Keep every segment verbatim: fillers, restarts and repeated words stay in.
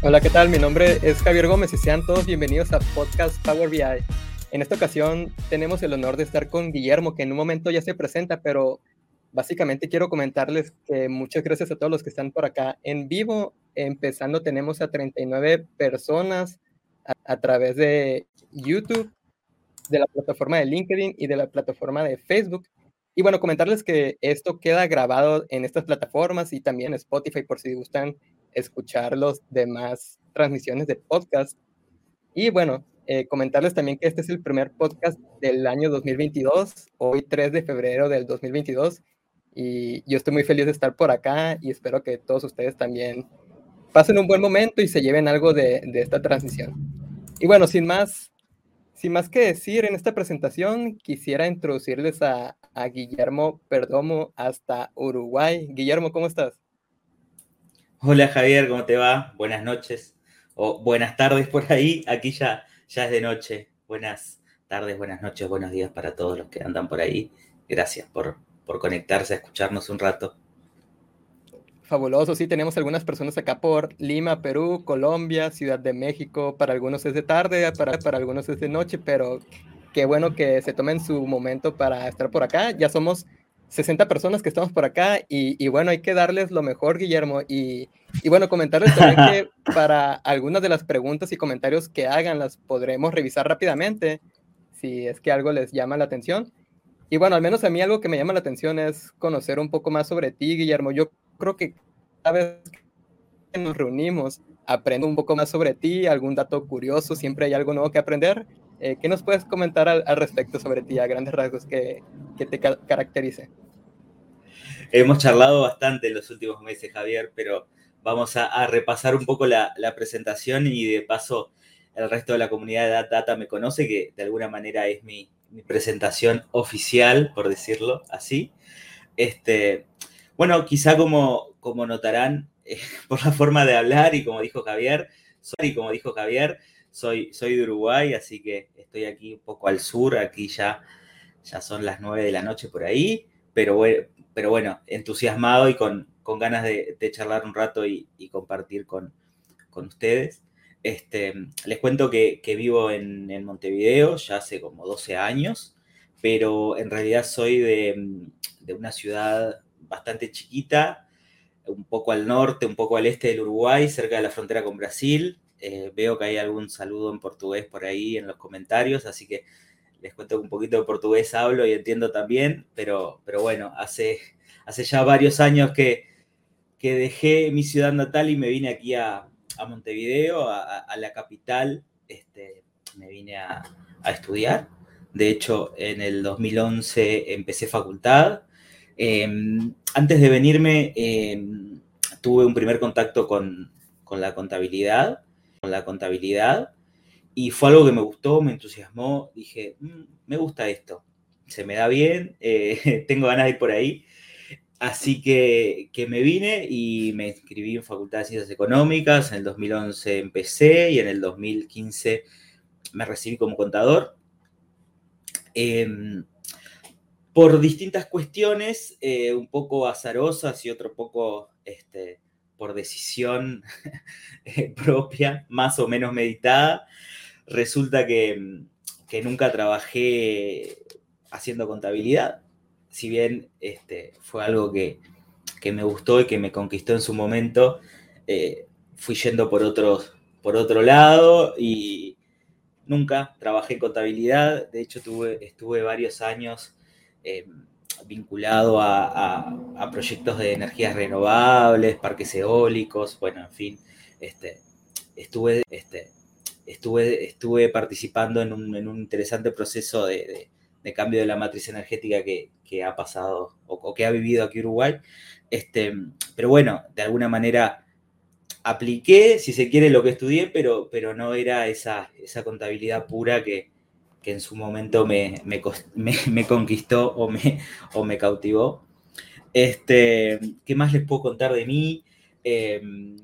Hola, ¿qué tal? Mi nombre es Javier Gómez y sean todos bienvenidos a Podcast Power B I. En esta ocasión tenemos el honor de estar con Guillermo, que en un momento ya se presenta, pero básicamente quiero comentarles que muchas gracias a todos los que están por acá en vivo. Empezando, tenemos a treinta y nueve personas a, a través de YouTube, de la plataforma de LinkedIn y de la plataforma de Facebook. Y bueno, comentarles que esto queda grabado en estas plataformas y también en Spotify por si gustan escuchar los demás transmisiones de podcast. Y bueno, eh, comentarles también que este es el primer podcast del año dos mil veintidós, hoy tres de febrero del dos mil veintidós, y yo estoy muy feliz de estar por acá y espero que todos ustedes también pasen un buen momento y se lleven algo de, de esta transmisión. Y bueno, sin más, sin más que decir en esta presentación, quisiera introducirles a, a Guillermo Perdomo hasta Uruguay. Guillermo, ¿cómo estás? Hola Javier, ¿cómo te va? Buenas noches o buenas tardes por ahí. Aquí ya, ya es de noche. Buenas tardes, buenas noches, buenos días para todos los que andan por ahí. Gracias por, por conectarse a escucharnos un rato. Fabuloso, sí, tenemos algunas personas acá por Lima, Perú, Colombia, Ciudad de México. Para algunos es de tarde, para, para algunos es de noche, pero qué bueno que se tomen su momento para estar por acá. Ya somos sesenta personas que estamos por acá y, y bueno, hay que darles lo mejor, Guillermo. Y, y bueno, comentarles también que para algunas de las preguntas y comentarios que hagan las podremos revisar rápidamente si es que algo les llama la atención. Y bueno, al menos a mí algo que me llama la atención es conocer un poco más sobre ti, Guillermo. Yo creo que cada vez que nos reunimos aprendo un poco más sobre ti, algún dato curioso, siempre hay algo nuevo que aprender. Eh, ¿qué nos puedes comentar al, al respecto sobre ti, a grandes rasgos, que, que te ca caracterice? Hemos charlado bastante en los últimos meses, Javier, pero vamos a, a repasar un poco la, la presentación y de paso el resto de la comunidad de Data me conoce, que de alguna manera es mi, mi presentación oficial, por decirlo así. Este, bueno, quizá como, como notarán eh, por la forma de hablar y como dijo Javier, soy, y como dijo Javier, soy, soy de Uruguay, así que estoy aquí un poco al sur, aquí ya, ya son las nueve de la noche por ahí, pero bueno, pero bueno entusiasmado y con, con ganas de, de charlar un rato y, y compartir con, con ustedes. Este, les cuento que, que vivo en, en Montevideo ya hace como doce años, pero en realidad soy de, de una ciudad bastante chiquita, un poco al norte, un poco al este del Uruguay, cerca de la frontera con Brasil. Eh, veo que hay algún saludo en portugués por ahí en los comentarios, así que les cuento que un poquito de portugués hablo y entiendo también, pero, pero bueno, hace, hace ya varios años que, que dejé mi ciudad natal y me vine aquí a, a Montevideo, a, a, la capital. Este, me vine a, a estudiar. De hecho, en el dos mil once empecé facultad. Eh, antes de venirme, eh, tuve un primer contacto con, con la contabilidad, con la contabilidad, y fue algo que me gustó, me entusiasmó. Dije, mmm, me gusta esto, se me da bien, eh, tengo ganas de ir por ahí. Así que, que me vine y me inscribí en Facultad de Ciencias Económicas. En el dos mil once empecé y en el dos mil quince me recibí como contador. Eh, por distintas cuestiones, eh, un poco azarosas y otro poco este, por decisión propia, más o menos meditada, resulta que, que nunca trabajé haciendo contabilidad. Si bien este, fue algo que, que me gustó y que me conquistó en su momento, eh, fui yendo por, otros, por otro lado y nunca trabajé en contabilidad. De hecho, tuve, estuve varios años eh, vinculado a, a, a, proyectos de energías renovables, parques eólicos, bueno, en fin, este, estuve, este, estuve, estuve participando en un, en un interesante proceso de, de, de, cambio de la matriz energética que, que ha pasado o, o, que ha vivido aquí Uruguay. Este, pero bueno, de alguna manera apliqué, si se quiere, lo que estudié, pero, pero no era esa, esa contabilidad pura que, que en su momento me, me, me, me conquistó o me, o me cautivó. Este, ¿qué más les puedo contar de mí? Eh,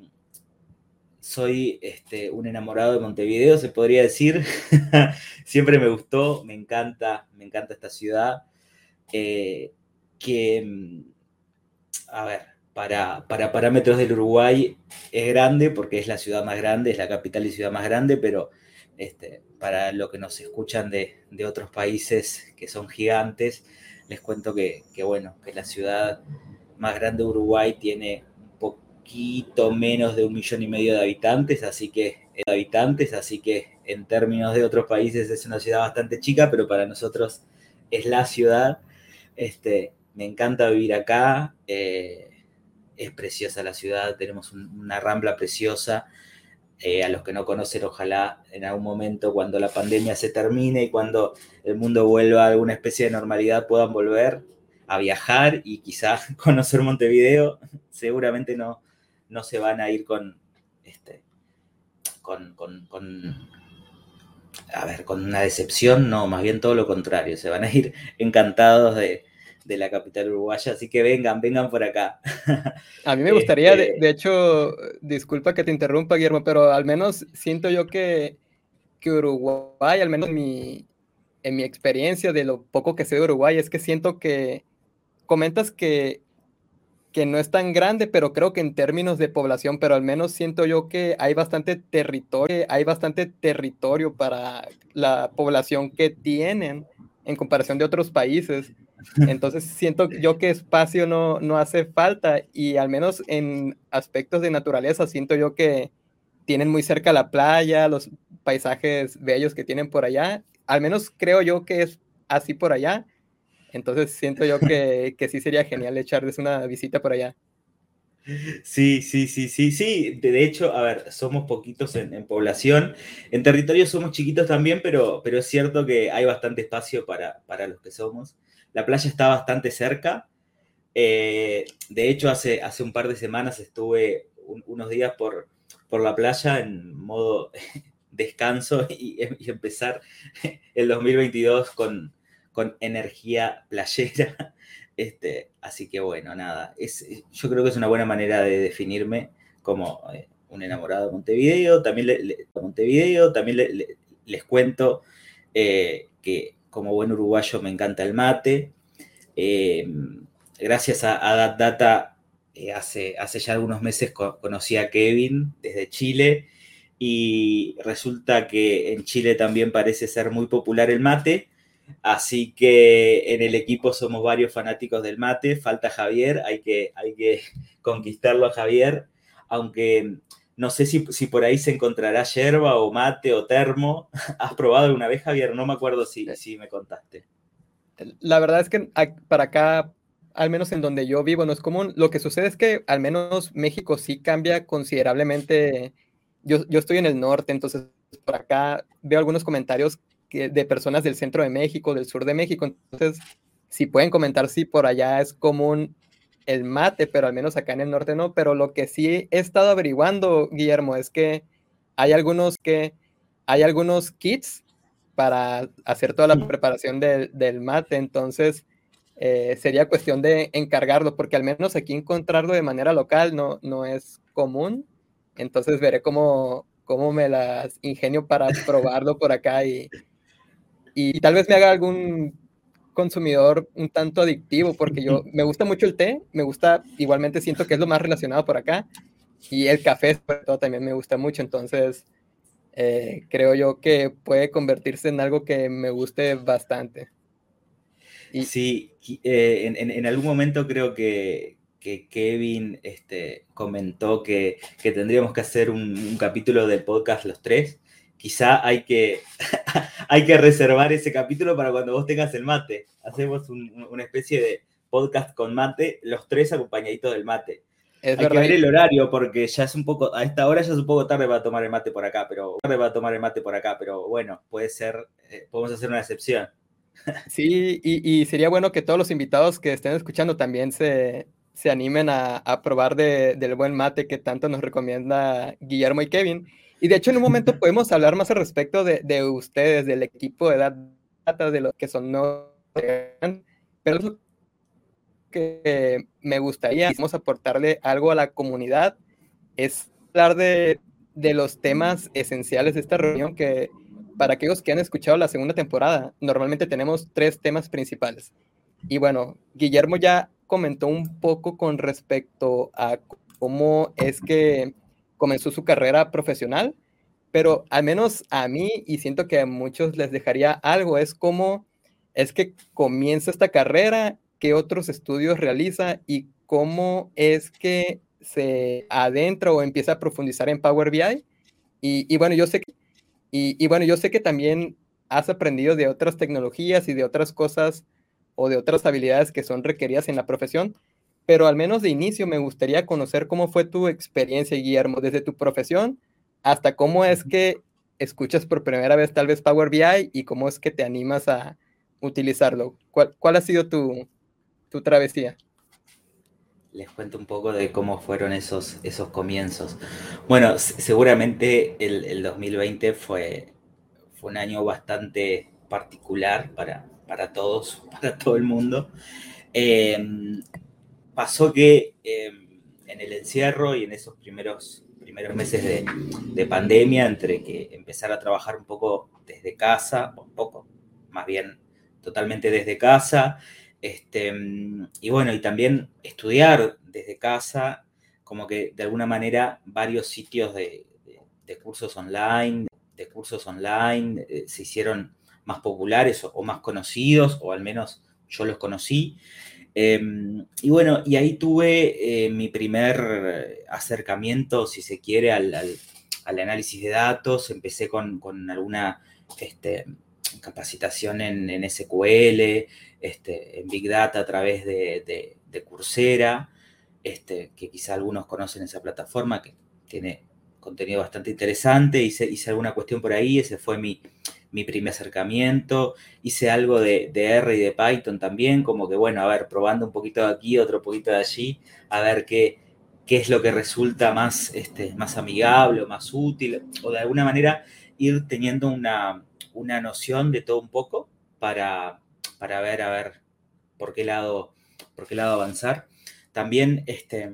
soy este, un enamorado de Montevideo, se podría decir. Siempre me gustó, me encanta, me encanta esta ciudad. Eh, que, a ver, para, para parámetros del Uruguay es grande porque es la ciudad más grande, es la capital y ciudad más grande, pero este, para lo que nos escuchan de, de otros países que son gigantes, les cuento que, que, bueno, que la ciudad más grande de Uruguay tiene un poquito menos de un millón y medio de habitantes, así que, de habitantes, así que en términos de otros países es una ciudad bastante chica, pero para nosotros es la ciudad. Este, me encanta vivir acá, eh, es preciosa la ciudad, tenemos un, una rambla preciosa. Eh, a los que no conocen, ojalá en algún momento, cuando la pandemia se termine y cuando el mundo vuelva a alguna especie de normalidad, puedan volver a viajar y quizás conocer Montevideo. Seguramente no, no se van a ir con, este, con, con, con, a ver, con una decepción, no, más bien todo lo contrario, se van a ir encantados de, de la capital uruguaya, así que vengan, vengan por acá. A mí me gustaría, este... de, de hecho, disculpa que te interrumpa, Guillermo, pero al menos siento yo que, que Uruguay, al menos mi, en mi experiencia de lo poco que sé de Uruguay, es que siento que comentas que, que no es tan grande, pero creo que en términos de población, pero al menos siento yo que hay bastante territorio, hay bastante territorio para la población que tienen en comparación de otros países. Entonces siento yo que espacio no, no hace falta, y al menos en aspectos de naturaleza siento yo que tienen muy cerca la playa, los paisajes bellos que tienen por allá, al menos creo yo que es así por allá. Entonces siento yo que, que sí sería genial echarles una visita por allá. Sí, sí, sí, sí, sí. De hecho, a ver, somos poquitos en, en población. En territorio somos chiquitos también, pero, pero es cierto que hay bastante espacio para, para los que somos. La playa está bastante cerca. Eh, de hecho, hace, hace un par de semanas estuve un, unos días por, por la playa en modo descanso y, y empezar el dos mil veintidós con, con energía playera. Este, así que bueno, nada, es, yo creo que es una buena manera de definirme como eh, un enamorado de Montevideo. También, le, le, Montevideo, también le, le, les cuento eh, que como buen uruguayo me encanta el mate. Eh, gracias a, a Dat Data, eh, hace, hace ya algunos meses co conocí a Kevin desde Chile, y resulta que en Chile también parece ser muy popular el mate. Así que en el equipo somos varios fanáticos del mate. Falta Javier, hay que, hay que conquistarlo a Javier, aunque no sé si, si por ahí se encontrará yerba o mate o termo. ¿Has probado alguna vez, Javier? No me acuerdo si, si me contaste. La verdad es que para acá, al menos en donde yo vivo, no es común. Lo que sucede es que al menos México sí cambia considerablemente. Yo, yo estoy en el norte, entonces por acá veo algunos comentarios que, de personas del centro de México, del sur de México. Entonces, si pueden comentar si por allá es común el mate, pero al menos acá en el norte no. Pero lo que sí he estado averiguando, Guillermo, es que hay algunos que hay algunos kits para hacer toda la preparación del, del mate. Entonces eh, sería cuestión de encargarlo, porque al menos aquí encontrarlo de manera local no, no es común. Entonces veré cómo, cómo me las ingenio para probarlo por acá, y, y, y tal vez me haga algún consumidor un tanto adictivo, porque yo me gusta mucho el té, me gusta, igualmente siento que es lo más relacionado por acá, y el café sobre todo también me gusta mucho. Entonces Eh, creo yo que puede convertirse en algo que me guste bastante. Y... Sí, eh, en, en algún momento creo que, que Kevin este, comentó que, que tendríamos que hacer un, un capítulo del podcast los tres. Quizá hay que, hay que reservar ese capítulo para cuando vos tengas el mate. Hacemos un, una especie de podcast con mate, los tres acompañaditos del mate. Es Hay verdad. que ver el horario, porque ya es un poco, a esta hora ya es un poco tarde para tomar el mate por acá, pero tarde para tomar el mate por acá, pero bueno, puede ser, eh, podemos hacer una excepción. Sí, y, y sería bueno que todos los invitados que estén escuchando también se, se animen a, a probar de, del buen mate que tanto nos recomienda Guillermo y Kevin. Y de hecho en un momento podemos hablar más al respecto de, de ustedes, del equipo de Data, de los que son no, pero es que me gustaría, vamos a aportarle algo a la comunidad, es hablar de, de los temas esenciales de esta reunión, que para aquellos que han escuchado la segunda temporada, normalmente tenemos tres temas principales. Y bueno, Guillermo ya comentó un poco con respecto a cómo es que comenzó su carrera profesional, pero al menos a mí, y siento que a muchos les dejaría algo, es cómo es que comienza esta carrera, qué otros estudios realiza y cómo es que se adentra o empieza a profundizar en Power B I. Y, y bueno, yo sé que, y, y bueno, yo sé que también has aprendido de otras tecnologías y de otras cosas o de otras habilidades que son requeridas en la profesión, pero al menos de inicio me gustaría conocer cómo fue tu experiencia, Guillermo, desde tu profesión hasta cómo es que escuchas por primera vez tal vez Power B I y cómo es que te animas a utilizarlo. ¿Cuál, cuál ha sido tu, tu travesía? Les cuento un poco de cómo fueron esos, esos comienzos. Bueno, seguramente el, el dos mil veinte fue, fue un año bastante particular para, para todos, para todo el mundo. Eh, pasó que eh, en el encierro y en esos primeros, primeros meses de, de pandemia, entre que empezar a trabajar un poco desde casa, un poco, más bien totalmente desde casa, este, y bueno, y también estudiar desde casa, como que de alguna manera varios sitios de, de, de cursos online, de cursos online eh, se hicieron más populares o, o más conocidos, o al menos yo los conocí. Eh, y bueno, y ahí tuve eh, mi primer acercamiento, si se quiere, al, al, al análisis de datos. Empecé con, con alguna este, capacitación en, en S Q L, este, en Big Data a través de, de, de Coursera, este, que quizá algunos conocen esa plataforma, que tiene contenido bastante interesante. Hice, hice alguna cuestión por ahí, ese fue mi, mi primer acercamiento. Hice algo de, de R y de Python también, como que bueno, a ver, probando un poquito de aquí, otro poquito de allí, a ver qué, qué es lo que resulta más, este, más amigable o más útil, o de alguna manera ir teniendo una, una noción de todo un poco para, para ver, a ver, por qué lado, por qué lado avanzar. También, este,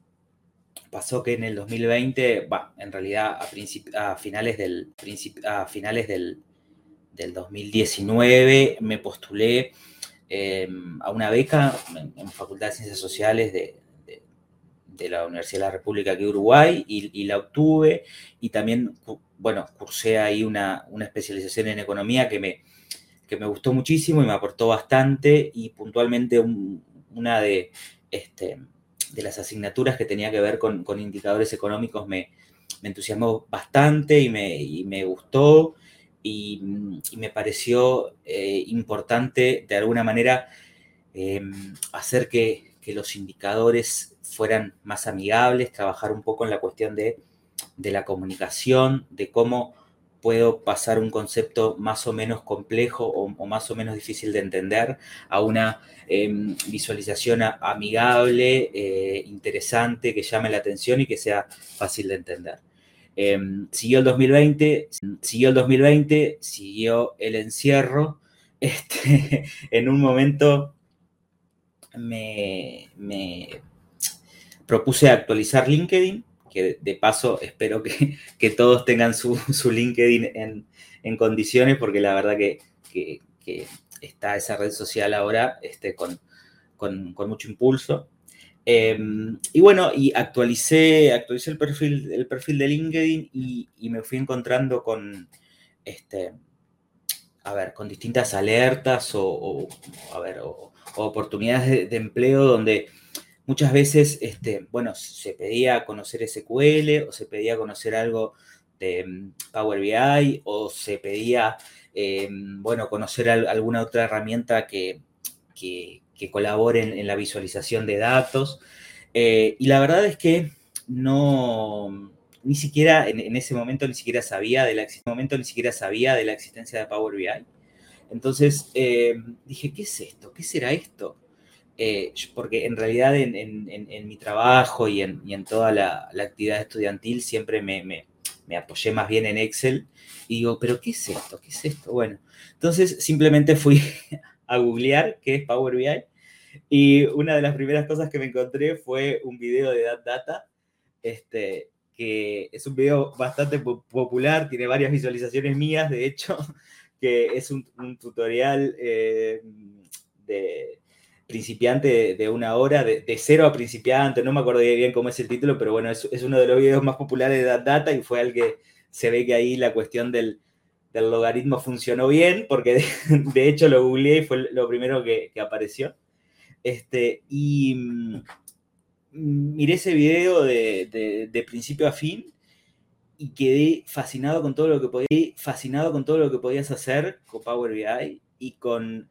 pasó que en el dos mil veinte, bah, en realidad a, a finales, del, a finales del, del dos mil diecinueve me postulé eh, a una beca en, en Facultad de Ciencias Sociales de, de, de la Universidad de la República de Uruguay y, y la obtuve, y también, bueno, cursé ahí una, una especialización en economía que me, que me gustó muchísimo y me aportó bastante, y puntualmente un, una de... Este, de las asignaturas que tenía que ver con, con indicadores económicos me, me entusiasmó bastante y me, y me gustó, y, y me pareció eh, importante de alguna manera eh, hacer que, que los indicadores fueran más amigables, trabajar un poco en la cuestión de, de la comunicación, de cómo puedo pasar un concepto más o menos complejo o, o más o menos difícil de entender a una eh, visualización amigable, eh, interesante, que llame la atención y que sea fácil de entender. Eh, siguió el dos mil veinte, siguió el dos mil veinte, siguió el encierro. Este, en un momento me, me propuse actualizar LinkedIn, que de paso espero que, que todos tengan su, su LinkedIn en, en, condiciones, porque la verdad que, que, que está esa red social ahora este, con, con, con mucho impulso. Eh, y bueno, y actualicé, actualicé el, perfil, el perfil de LinkedIn y, y me fui encontrando con, este, a ver, con distintas alertas o, o a ver, o, o oportunidades de, de empleo donde muchas veces, este, bueno, se pedía conocer S Q L o se pedía conocer algo de um, Power B I o se pedía, eh, bueno, conocer al, alguna otra herramienta que, que, que colabore en, en la visualización de datos. Eh, y la verdad es que no, ni siquiera en, en ese momento ni siquiera sabía de la, en ese momento ni siquiera sabía de la existencia de Power B I. Entonces eh, dije, ¿qué es esto? ¿Qué será esto? Eh, porque en realidad en, en, en mi trabajo y en, y en toda la, la, actividad estudiantil siempre me, me, me, apoyé más bien en Excel y digo, ¿pero qué es esto? ¿Qué es esto? Bueno, entonces simplemente fui a googlear qué es Power B I, y una de las primeras cosas que me encontré fue un video de Dat Data, este, que es un video bastante popular, tiene varias visualizaciones mías, de hecho, que es un, un tutorial eh, de principiante de, de una hora, de, de cero a principiante, no me acuerdo bien cómo es el título, pero bueno, es, es uno de los videos más populares de Data y fue al que se ve que ahí la cuestión del, del logaritmo funcionó bien, porque de, de hecho lo googleé y fue lo primero que, que apareció. Este, y mmm, miré ese video de, de, de principio a fin y quedé fascinado con todo lo que podía, fascinado con todo lo que podías hacer con Power B I y con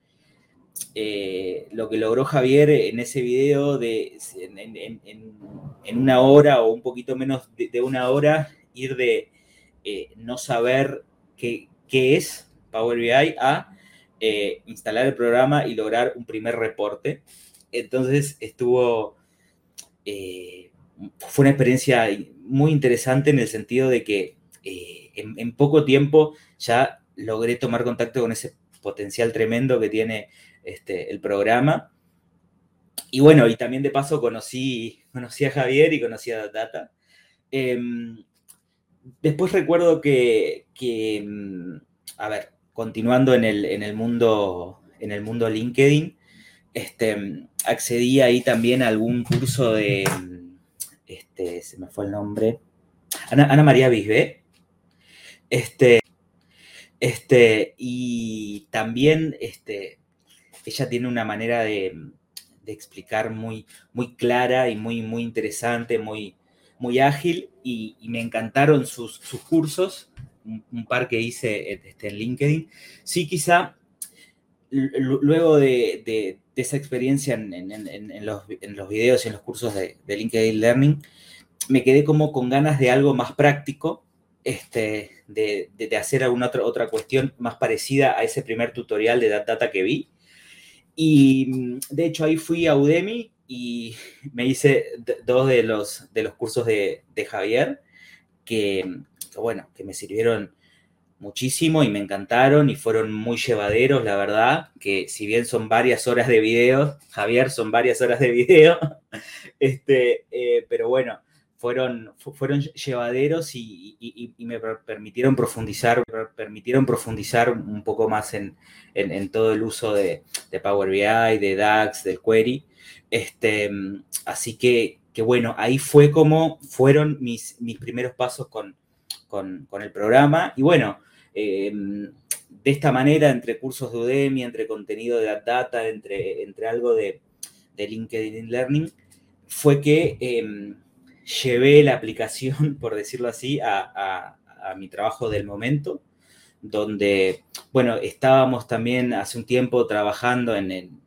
eh, lo que logró Javier en ese video de en, en, en, en una hora o un poquito menos de, de una hora ir de eh, no saber qué, qué es Power B I a eh, instalar el programa y lograr un primer reporte. Entonces estuvo eh, fue una experiencia muy interesante en el sentido de que eh, en, en poco tiempo ya logré tomar contacto con ese potencial tremendo que tiene este, el programa. Y bueno, y también de paso conocí, conocí a Javier y conocí a Data. Eh, después recuerdo que, que, a ver, continuando en el, en el mundo, en el mundo LinkedIn, este, accedí ahí también a algún curso de, este, se me fue el nombre, Ana, Ana María Bisbé, este, este, y también, este, ella tiene una manera de, de explicar muy, muy clara y muy, muy interesante, muy, muy ágil, y, y me encantaron sus, sus cursos, un, un par que hice este, en LinkedIn. Sí, quizá luego de, de, de esa experiencia en, en, en, en, los, en los videos y en los cursos de, de LinkedIn Learning, me quedé como con ganas de algo más práctico, este, de, de, de hacer alguna otra, otra cuestión más parecida a ese primer tutorial de Data que vi. Y de hecho ahí fui a Udemy y me hice dos de los, de los cursos de, de Javier, que, bueno, que me sirvieron muchísimo y me encantaron y fueron muy llevaderos, la verdad, que si bien son varias horas de video, Javier, son varias horas de video, este, eh, pero bueno, fueron, fueron llevaderos y, y, y me permitieron profundizar, permitieron profundizar un poco más en, en, en todo el uso de, de Power B I, de DAX, del query. Este, así que, que bueno, ahí fue como fueron mis, mis primeros pasos con, con, con el programa. Y bueno, eh, de esta manera, entre cursos de Udemy, entre contenido de Data, entre, entre algo de, de LinkedIn Learning, fue que eh, llevé la aplicación, por decirlo así, a, a, a mi trabajo del momento, donde, bueno, estábamos también hace un tiempo trabajando en, en,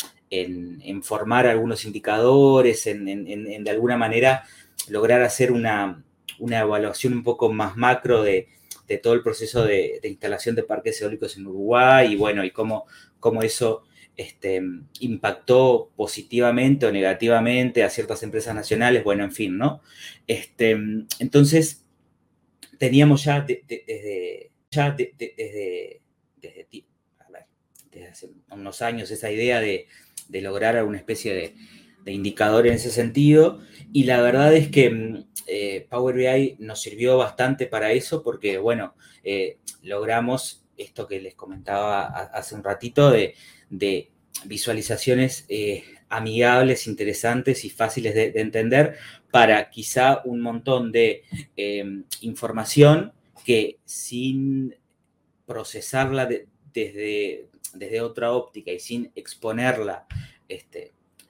en, en formar algunos indicadores, en, en, en de alguna manera lograr hacer una, una evaluación un poco más macro de, de todo el proceso de, de instalación de parques eólicos en Uruguay y bueno, y cómo, cómo eso este, impactó positivamente o negativamente a ciertas empresas nacionales, bueno, en fin, ¿no? Este, entonces, teníamos ya de, de, desde, ya de, de, desde, desde, a ver, desde hace unos años esa idea de, de lograr alguna especie de, de indicador en ese sentido, y la verdad es que eh, Power B I nos sirvió bastante para eso porque, bueno, eh, logramos esto que les comentaba hace un ratito de, de visualizaciones eh, amigables, interesantes y fáciles de, de entender para quizá un montón de eh, información que sin procesarla de, desde, desde otra óptica y sin exponerla este,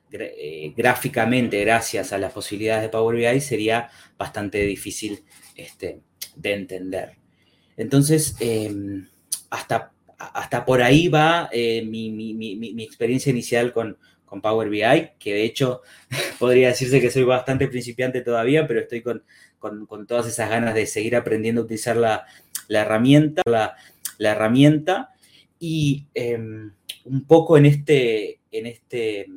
eh, gráficamente gracias a las posibilidades de Power B I sería bastante difícil este, de entender. Entonces, eh, hasta, hasta por ahí va eh, mi, mi, mi, mi experiencia inicial con, con Power B I, que de hecho podría decirse que soy bastante principiante todavía, pero estoy con, con, con todas esas ganas de seguir aprendiendo a utilizar la, la herramienta, la, la herramienta y eh, un poco en este, en este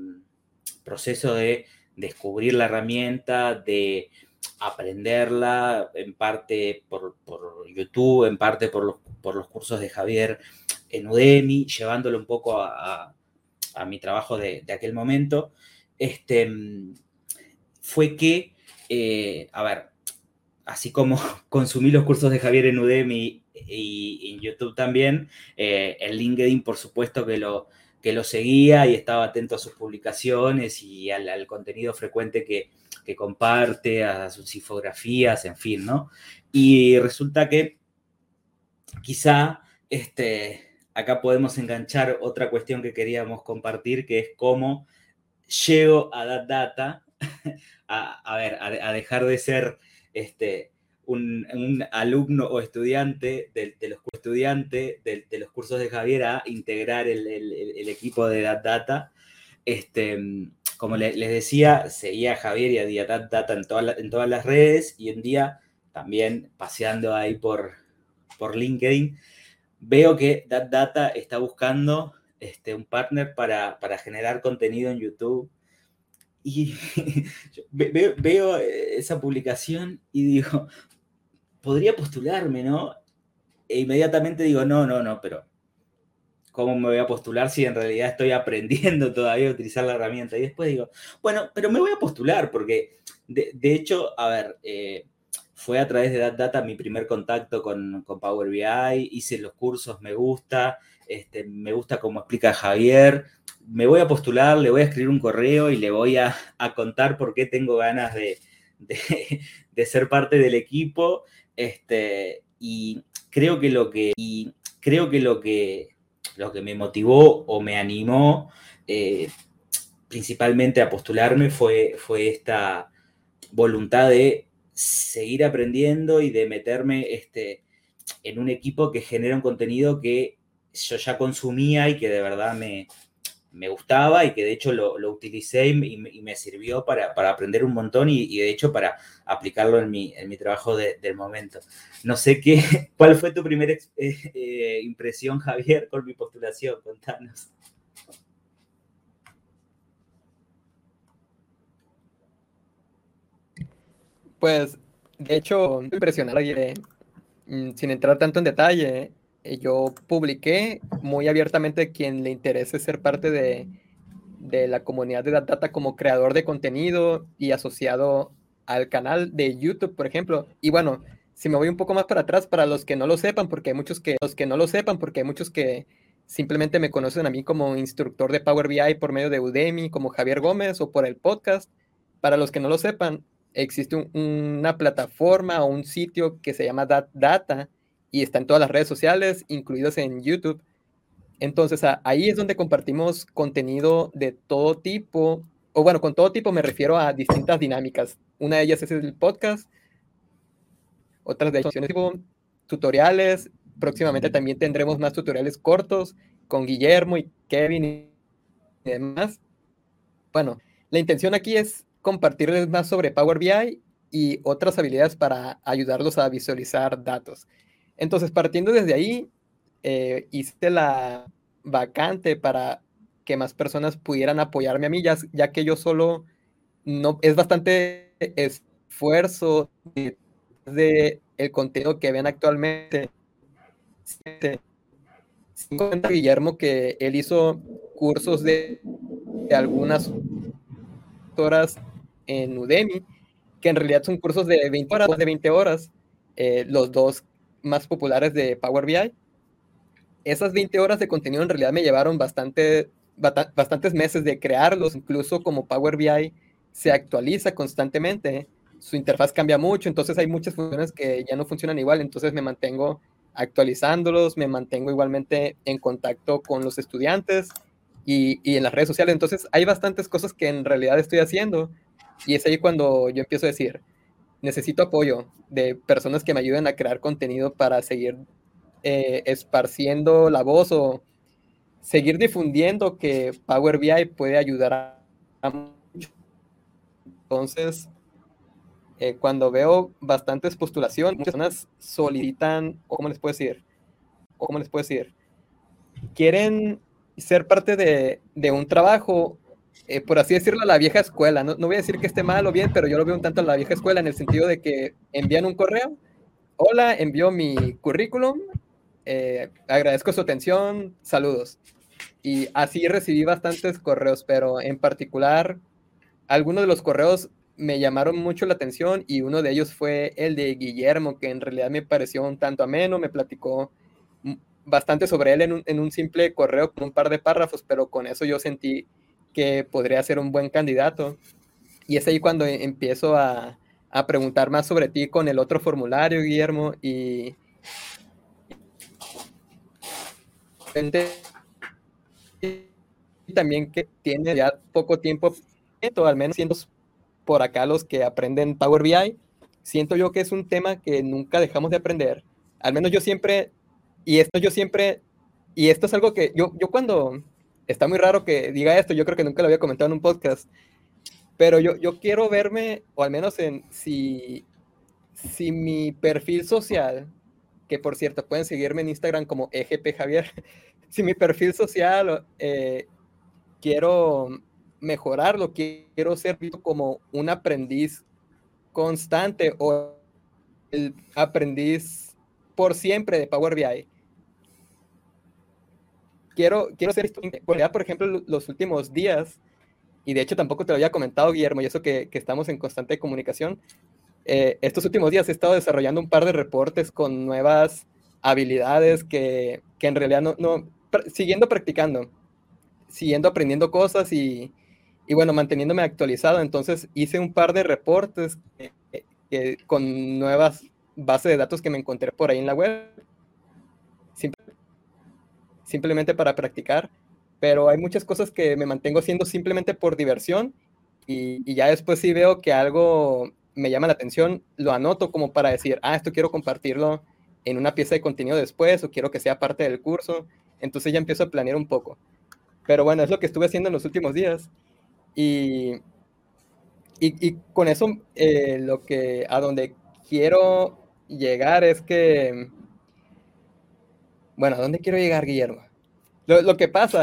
proceso de descubrir la herramienta, de aprenderla, en parte por, por YouTube, en parte por los, por los cursos de Javier en Udemy, llevándolo un poco a, a, a mi trabajo de, de aquel momento, este, fue que, eh, a ver, así como consumí los cursos de Javier en Udemy y, y en YouTube también, eh, en LinkedIn por supuesto que lo, que lo seguía y estaba atento a sus publicaciones y al, al contenido frecuente que, que comparte, a sus infografías, en fin, ¿no? Y resulta que quizá este, acá podemos enganchar otra cuestión que queríamos compartir, que es cómo llego a dar data, a, a ver, a, a, dejar de ser este, un, un alumno o estudiante de, de los, estudiante de, de los cursos de Javier a integrar el, el, el equipo de Dat Data. Este, como le, les decía, seguía a Javier y a Dat Data en, toda la, en todas las redes, y un día también paseando ahí por, por LinkedIn, veo que Dat Data está buscando este, un partner para, para generar contenido en YouTube. Y veo, veo esa publicación y digo, podría postularme, ¿no? E inmediatamente digo, no, no, no, pero ¿cómo me voy a postular si en realidad estoy aprendiendo todavía a utilizar la herramienta? Y después digo, bueno, pero me voy a postular porque, de, de hecho, a ver, eh, fue a través de Dat Data mi primer contacto con, con Power B I, hice los cursos, me gusta, este, me gusta cómo explica Javier. Me voy a postular, le voy a escribir un correo y le voy a, a contar por qué tengo ganas de, de, de ser parte del equipo. Este, y creo que lo que, y creo que, lo que, lo que me motivó o me animó eh, principalmente a postularme fue, fue esta voluntad de seguir aprendiendo y de meterme este, en un equipo que genera un contenido que yo ya consumía y que de verdad me... me gustaba y que de hecho lo, lo utilicé y, y, y me sirvió para, para aprender un montón y, y de hecho para aplicarlo en mi, en mi trabajo de, del momento. No sé qué, ¿cuál fue tu primera eh, eh, impresión, Javier, con mi postulación? Contanos. Pues, de hecho, impresionante, sin entrar tanto en detalle, yo publiqué muy abiertamente quien le interese ser parte de, de la comunidad de Dat Data como creador de contenido y asociado al canal de YouTube, por ejemplo. Y bueno, si me voy un poco más para atrás, para los que no lo sepan, porque hay muchos que, los que no lo sepan, porque hay muchos que simplemente me conocen a mí como instructor de Power B I por medio de Udemy, como Javier Gómez, o por el podcast. Para los que no lo sepan, existe un, una plataforma o un sitio que se llama Dat Data y está en todas las redes sociales, incluidos en YouTube. Entonces, a, ahí es donde compartimos contenido de todo tipo, o bueno, con todo tipo me refiero a distintas dinámicas. Una de ellas es el podcast, otras de ellas son tutoriales. Próximamente también tendremos más tutoriales cortos con Guillermo y Kevin y demás. Bueno, la intención aquí es compartirles más sobre Power B I y otras habilidades para ayudarlos a visualizar datos. Entonces, partiendo desde ahí, eh, hice la vacante para que más personas pudieran apoyarme a mí, ya, ya que yo solo no, es bastante esfuerzo de, de el contenido que ven actualmente. Sí, cuenta Guillermo que él hizo cursos de, de algunas horas en Udemy, que en realidad son cursos de veinte horas, de veinte horas, eh, los dos más populares de Power B I. Esas veinte horas de contenido en realidad me llevaron bastante, bastantes meses de crearlos, incluso como Power B I se actualiza constantemente, su interfaz cambia mucho, entonces hay muchas funciones que ya no funcionan igual, entonces me mantengo actualizándolos, me mantengo igualmente en contacto con los estudiantes y, y en las redes sociales, entonces hay bastantes cosas que en realidad estoy haciendo y es ahí cuando yo empiezo a decir, necesito apoyo de personas que me ayuden a crear contenido para seguir eh, esparciendo la voz o seguir difundiendo que Power B I puede ayudar a, a mucho. Entonces, eh, cuando veo bastantes postulaciones, muchas personas solicitan, o cómo les puedo decir, o cómo les puedo decir, quieren ser parte de, de un trabajo, eh, por así decirlo, a la vieja escuela. No, no voy a decir que esté mal o bien, pero yo lo veo un tanto a la vieja escuela en el sentido de que envían un correo. Hola, envío mi currículum. Eh, agradezco su atención. Saludos. Y así recibí bastantes correos, pero en particular, algunos de los correos me llamaron mucho la atención y uno de ellos fue el de Guillermo, que en realidad me pareció un tanto ameno, me platicó bastante sobre él en un, en un simple correo con un par de párrafos, pero con eso yo sentí que podría ser un buen candidato. Y es ahí cuando empiezo a, a preguntar más sobre ti con el otro formulario, Guillermo, y también que tiene ya poco tiempo, al menos siendo por acá los que aprenden Power B I, siento yo que es un tema que nunca dejamos de aprender. Al menos yo siempre, y esto yo siempre, y esto es algo que yo, yo cuando, está muy raro que diga esto, yo creo que nunca lo había comentado en un podcast, pero yo, yo quiero verme, o al menos en, si, si mi perfil social, que por cierto pueden seguirme en Instagram como E G P Javier, si mi perfil social eh, quiero mejorarlo, quiero ser visto como un aprendiz constante o el aprendiz por siempre de Power B I. Quiero, quiero ser, por ejemplo, los últimos días, y de hecho tampoco te lo había comentado, Guillermo, y eso que, que estamos en constante comunicación, eh, estos últimos días he estado desarrollando un par de reportes con nuevas habilidades que, que en realidad no, no, siguiendo practicando, siguiendo aprendiendo cosas y, y bueno, manteniéndome actualizado. Entonces hice un par de reportes que, que, con nuevas bases de datos que me encontré por ahí en la web, Simple, simplemente para practicar, pero hay muchas cosas que me mantengo haciendo simplemente por diversión y, y ya después si veo que algo me llama la atención, lo anoto como para decir, ah, esto quiero compartirlo en una pieza de contenido después o quiero que sea parte del curso, entonces ya empiezo a planear un poco. Pero bueno, es lo que estuve haciendo en los últimos días. Y, y, y con eso, eh, lo que, a donde quiero llegar es que, bueno, ¿a dónde quiero llegar, Guillermo? Lo, lo que pasa.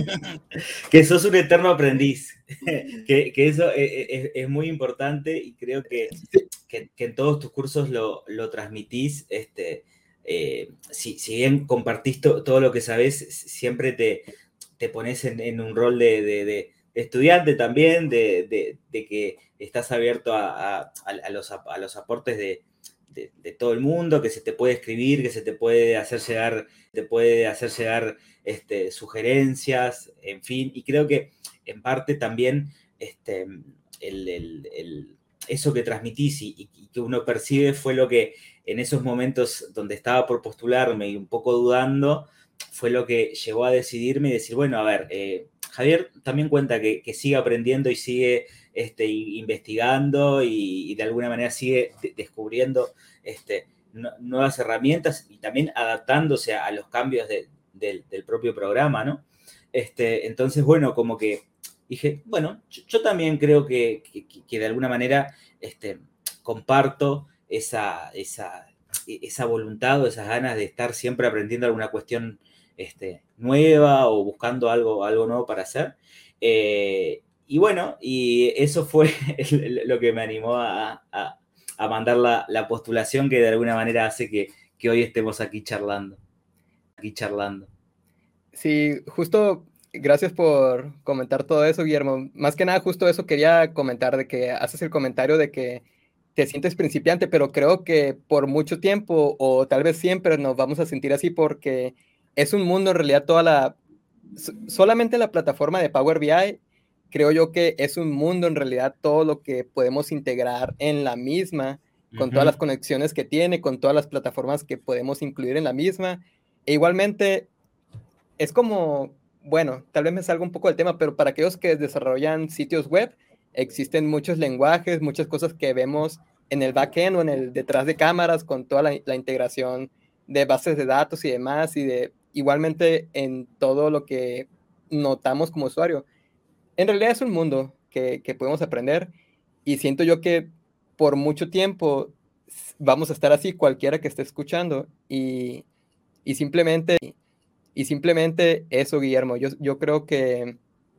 Que sos un eterno aprendiz. que, que eso es, es, es, muy importante y creo que, sí. que, que en todos tus cursos lo, lo transmitís. Este, eh, si, si bien compartís to, todo lo que sabés, siempre te, te pones en, en un rol de, de, de estudiante también, de, de, de que estás abierto a, a, a, los, a los aportes de, de, de todo el mundo, que se te puede escribir, que se te puede hacer llegar, te puede hacer llegar este, sugerencias, en fin, y creo que en parte también este, el, el, el, eso que transmitís y, y que uno percibe fue lo que en esos momentos donde estaba por postularme y un poco dudando, fue lo que llevó a decidirme y decir, bueno, a ver, eh, Javier también cuenta que, que sigue aprendiendo y sigue este, investigando y, y de alguna manera sigue de, descubriendo este, no, nuevas herramientas y también adaptándose a, a los cambios de, de, del propio programa, ¿no? Este, entonces, bueno, como que dije, bueno, yo, yo también creo que, que, que de alguna manera este, comparto esa, esa, esa voluntad o esas ganas de estar siempre aprendiendo alguna cuestión este, nueva o buscando algo, algo nuevo para hacer. Eh, y bueno, y eso fue lo que me animó a, a, a mandar la, la, postulación que de alguna manera hace que, que hoy estemos aquí charlando. Aquí charlando. Sí, justo gracias por comentar todo eso, Guillermo. Más que nada, justo eso quería comentar, de que haces el comentario de que te sientes principiante, pero creo que por mucho tiempo o tal vez siempre nos vamos a sentir así porque es un mundo en realidad toda la, solamente la plataforma de Power B I, creo yo que es un mundo en realidad todo lo que podemos integrar en la misma, con uh-huh. todas las conexiones que tiene, con todas las plataformas que podemos incluir en la misma. E igualmente, es como, bueno, tal vez me salga un poco del tema, pero para aquellos que desarrollan sitios web, existen muchos lenguajes, muchas cosas que vemos en el backend o en el detrás de cámaras con toda la, la integración de bases de datos y demás, y de igualmente en todo lo que notamos como usuario. En realidad es un mundo que, que podemos aprender y siento yo que por mucho tiempo vamos a estar así, cualquiera que esté escuchando, y, y simplemente... Y simplemente eso, Guillermo, yo, yo creo que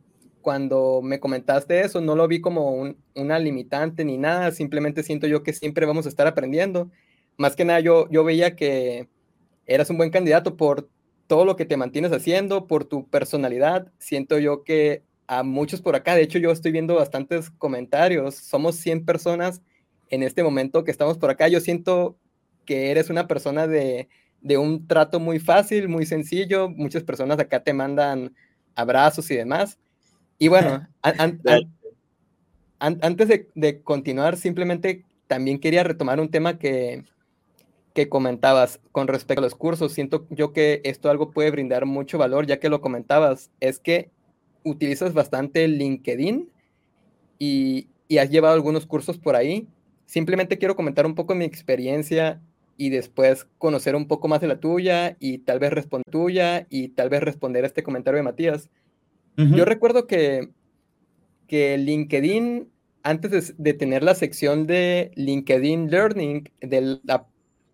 cuando me comentaste eso, no lo vi como un, una limitante ni nada, simplemente siento yo que siempre vamos a estar aprendiendo. Más que nada, yo, yo veía que eras un buen candidato por todo lo que te mantienes haciendo, por tu personalidad. Siento yo que a muchos por acá, de hecho yo estoy viendo bastantes comentarios, somos cien personas en este momento que estamos por acá. Yo siento que eres una persona de... de un trato muy fácil, muy sencillo. Muchas personas acá te mandan abrazos y demás. Y bueno, an, an, an, an, antes de, de continuar, simplemente también quería retomar un tema que, que comentabas con respecto a los cursos. Siento yo que esto algo puede brindar mucho valor, ya que lo comentabas, es que utilizas bastante LinkedIn y, y has llevado algunos cursos por ahí. Simplemente quiero comentar un poco mi experiencia y después conocer un poco más de la tuya y tal vez responder tuya y tal vez responder a este comentario de Matías. Yo Uh-huh. recuerdo que, que LinkedIn, antes de, de tener la sección de LinkedIn Learning, de la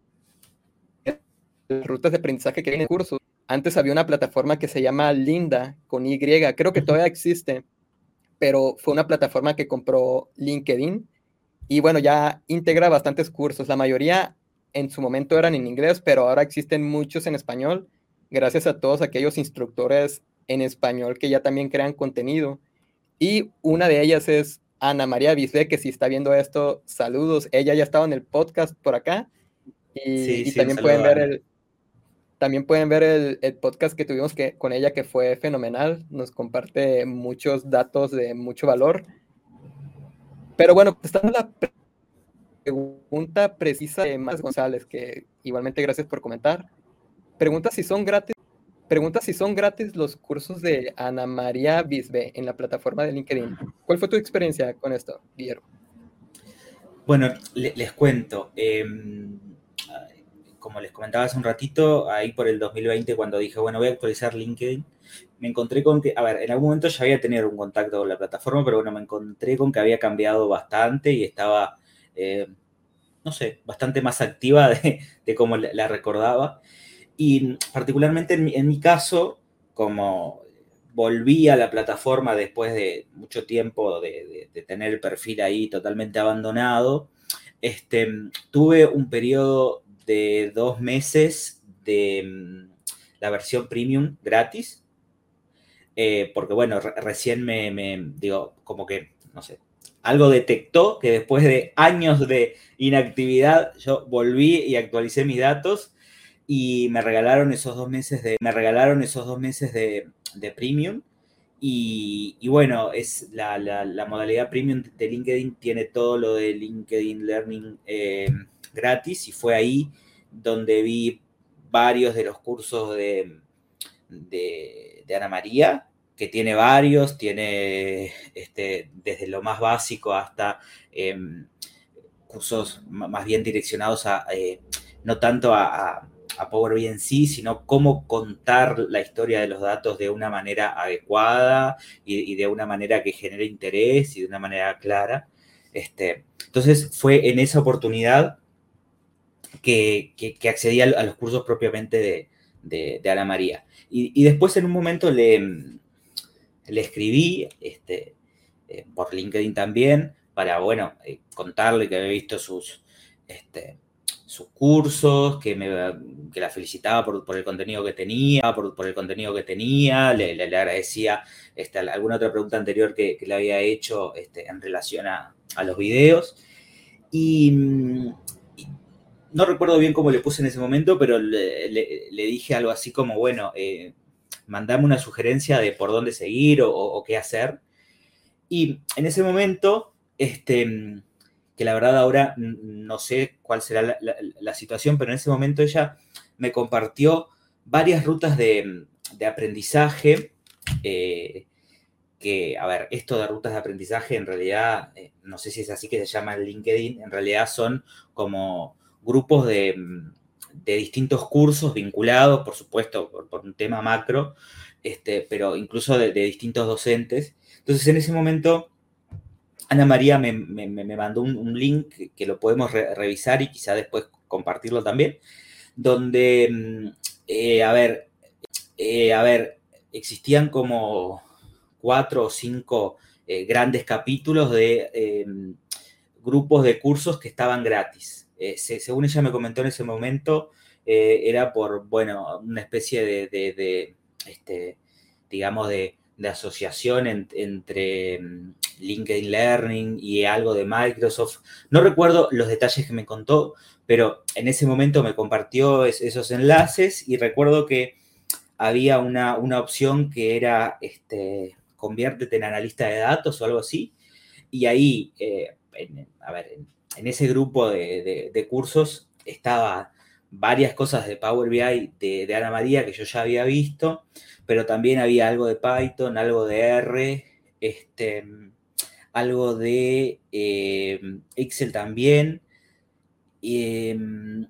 rutas de aprendizaje que hay en el curso. Antes había una plataforma que se llama Linda, con Y, creo que todavía existe, pero fue una plataforma que compró LinkedIn y bueno, ya integra bastantes cursos. La mayoría en su momento eran en inglés, pero ahora existen muchos en español, gracias a todos aquellos instructores en español que ya también crean contenido. Y una de ellas es Ana María Bisbé, que si está viendo esto, saludos. Ella ya estaba en el podcast por acá y, Sí, y sí, un también pueden saludo a ver Ana. el, también pueden ver el, el podcast que tuvimos que, con ella, que fue fenomenal. Nos comparte muchos datos de mucho valor. Pero bueno, está la pregunta precisa de Más González, que igualmente gracias por comentar. Pregunta si son gratis. Pregunta si son gratis los cursos de Ana María Bisbé en la plataforma de LinkedIn. ¿Cuál fue tu experiencia con esto, Guillermo? Bueno, le- les cuento. Eh, como les comentaba hace un ratito, ahí por el dos mil veinte, cuando dije, bueno, voy a actualizar LinkedIn, me encontré con que, a ver, en algún momento ya había tenido un contacto con la plataforma, pero bueno, me encontré con que había cambiado bastante y estaba, eh, no sé, bastante más activa de, de como la, la recordaba. Y particularmente en mi, en mi caso, como volví a la plataforma después de mucho tiempo de, de, de tener el perfil ahí totalmente abandonado, este, tuve un periodo de dos meses de mm, la versión premium gratis, eh, porque bueno, re- recién me, me, digo, como que, no sé, algo detectó que después de años de inactividad yo volví y actualicé mis datos y me regalaron esos dos meses de, me regalaron esos dos meses de, de premium. Y, y, bueno, es la, la, la, modalidad premium de LinkedIn tiene todo lo de LinkedIn Learning eh, gratis y fue ahí donde vi varios de los cursos de, de, de Ana María, que tiene varios, tiene este, desde lo más básico hasta eh, cursos más bien direccionados a, eh, no tanto a, a, a Power B I en sí, sino cómo contar la historia de los datos de una manera adecuada y, y de una manera que genere interés y de una manera clara. Este, entonces fue en esa oportunidad que, que, que accedí a, a, los cursos propiamente de, de, de Ana María. Y, y, después en un momento le, le escribí este, eh, por LinkedIn también para, bueno, eh, contarle que había visto sus, este, sus cursos, que, me, que la felicitaba por, por el contenido que tenía, por, por el contenido que tenía, le, le, le agradecía este, alguna otra pregunta anterior que, que le había hecho este, en relación a, a los videos. Y, y, no recuerdo bien cómo le puse en ese momento, pero le, le, le dije algo así como, bueno, eh, mandame una sugerencia de por dónde seguir o, o, o qué hacer. Y en ese momento, este, que la verdad ahora no sé cuál será la, la, la situación, pero en ese momento ella me compartió varias rutas de, de aprendizaje, eh, que, a ver, esto de rutas de aprendizaje en realidad, eh, no sé si es así que se llama en LinkedIn, en realidad son como grupos de, de distintos cursos vinculados, por supuesto, por, por un tema macro, este, pero incluso de, de distintos docentes. Entonces, en ese momento, Ana María me, me, me mandó un, un, link que, que lo podemos re revisar y quizá después compartirlo también, donde, eh, a ver, eh, a ver, existían como cuatro o cinco eh, grandes capítulos de eh, grupos de cursos que estaban gratis. Eh, se, según ella me comentó en ese momento, eh, era por, bueno, una especie de, de, de este, digamos, de, de asociación en, entre LinkedIn Learning y algo de Microsoft. No recuerdo los detalles que me contó, pero en ese momento me compartió es, esos enlaces y recuerdo que había una, una opción que era, este, conviértete en analista de datos o algo así, y ahí, eh, en, a ver, en, en ese grupo de, de, de cursos estaba varias cosas de Power B I de, de Ana María que yo ya había visto, pero también había algo de Python, algo de R, este, algo de eh, Excel también, eh,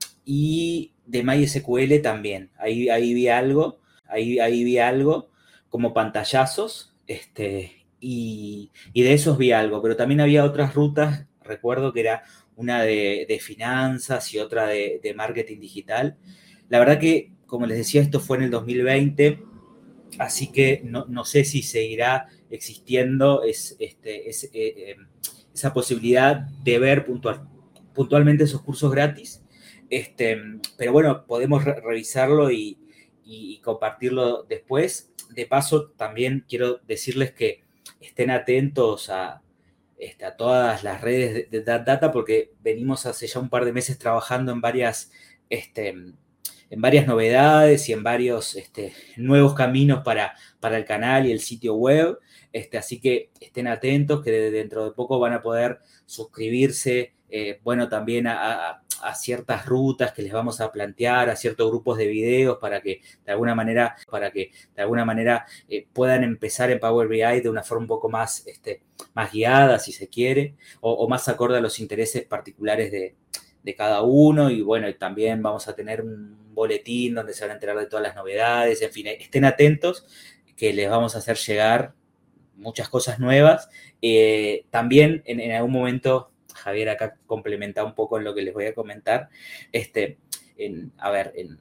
y de MySQL también. Ahí, ahí vi algo, ahí, ahí vi algo como pantallazos, este, y, y de esos vi algo, pero también había otras rutas, recuerdo que era una de, de finanzas y otra de, de marketing digital. La verdad que, como les decía, esto fue en el dos mil veinte, así que no, no sé si seguirá existiendo es, este, es, eh, eh, esa posibilidad de ver puntual, puntualmente esos cursos gratis. Este, pero bueno, podemos re revisarlo y, y, y compartirlo después. De paso, también quiero decirles que estén atentos a, este, a todas las redes de, de Data, porque venimos hace ya un par de meses trabajando en varias, este, en varias novedades y en varios este, nuevos caminos para, para el canal y el sitio web. Este, así que estén atentos, que de, dentro de poco van a poder suscribirse, eh, bueno, también a, a, a ciertas rutas que les vamos a plantear, a ciertos grupos de videos para que de alguna manera, para que de alguna manera eh, puedan empezar en Power B I de una forma un poco más, este, más guiada, si se quiere, o, o más acorde a los intereses particulares de, de cada uno. Y bueno, también vamos a tener un boletín donde se van a enterar de todas las novedades. En fin, estén atentos, que les vamos a hacer llegar muchas cosas nuevas. Eh, también en, en algún momento, Javier acá complementa un poco en lo que les voy a comentar. Este, en, a ver, en,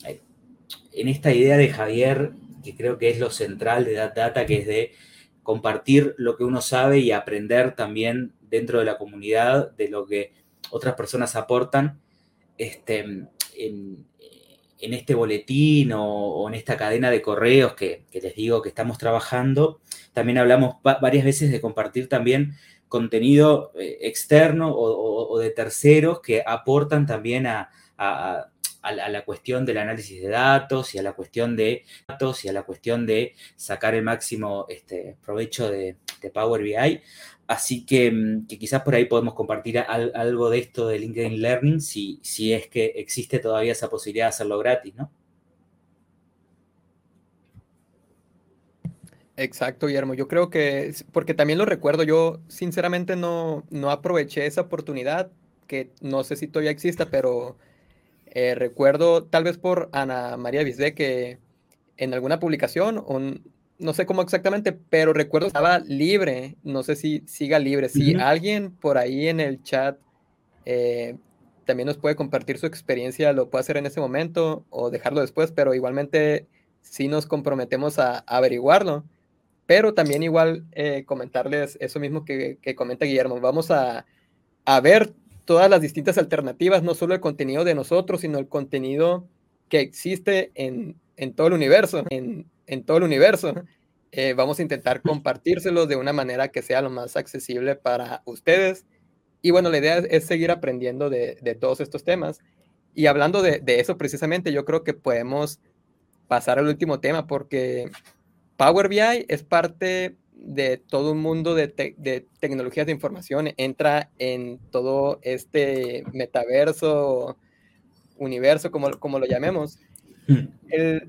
en esta idea de Javier, que creo que es lo central de Data, que es de compartir lo que uno sabe y aprender también dentro de la comunidad de lo que otras personas aportan. Este, en, en este boletín o, o en esta cadena de correos que, que les digo que estamos trabajando, también hablamos va varias veces de compartir también contenido eh, externo o, o, o de terceros que aportan también a, a, a, a la cuestión del análisis de datos y a la cuestión de datos y a la cuestión de sacar el máximo este, provecho de, de Power B I. Así que, que quizás por ahí podemos compartir al, algo de esto de LinkedIn Learning, si, si es que existe todavía esa posibilidad de hacerlo gratis, ¿no? Exacto, Guillermo. Yo creo que, porque también lo recuerdo, yo sinceramente no, no aproveché esa oportunidad, que no sé si todavía exista, pero eh, recuerdo tal vez por Ana María Bisbé que en alguna publicación, o no sé cómo exactamente, pero recuerdo que estaba libre, no sé si siga libre. Si Uh-huh. alguien por ahí en el chat eh, también nos puede compartir su experiencia, lo puede hacer en ese momento o dejarlo después, pero igualmente sí nos comprometemos a, a averiguarlo. Pero también igual eh, comentarles eso mismo que, que comenta Guillermo. Vamos a, a ver todas las distintas alternativas, no solo el contenido de nosotros, sino el contenido que existe en, en todo el universo, en, en todo el universo. Eh, vamos a intentar compartírselos de una manera que sea lo más accesible para ustedes. Y bueno, la idea es, es seguir aprendiendo de, de, todos estos temas. Y hablando de, de eso precisamente, yo creo que podemos pasar al último tema, porque Power B I es parte de todo un mundo de, te de, tecnologías de información, entra en todo este metaverso, universo, como, como lo llamemos. El,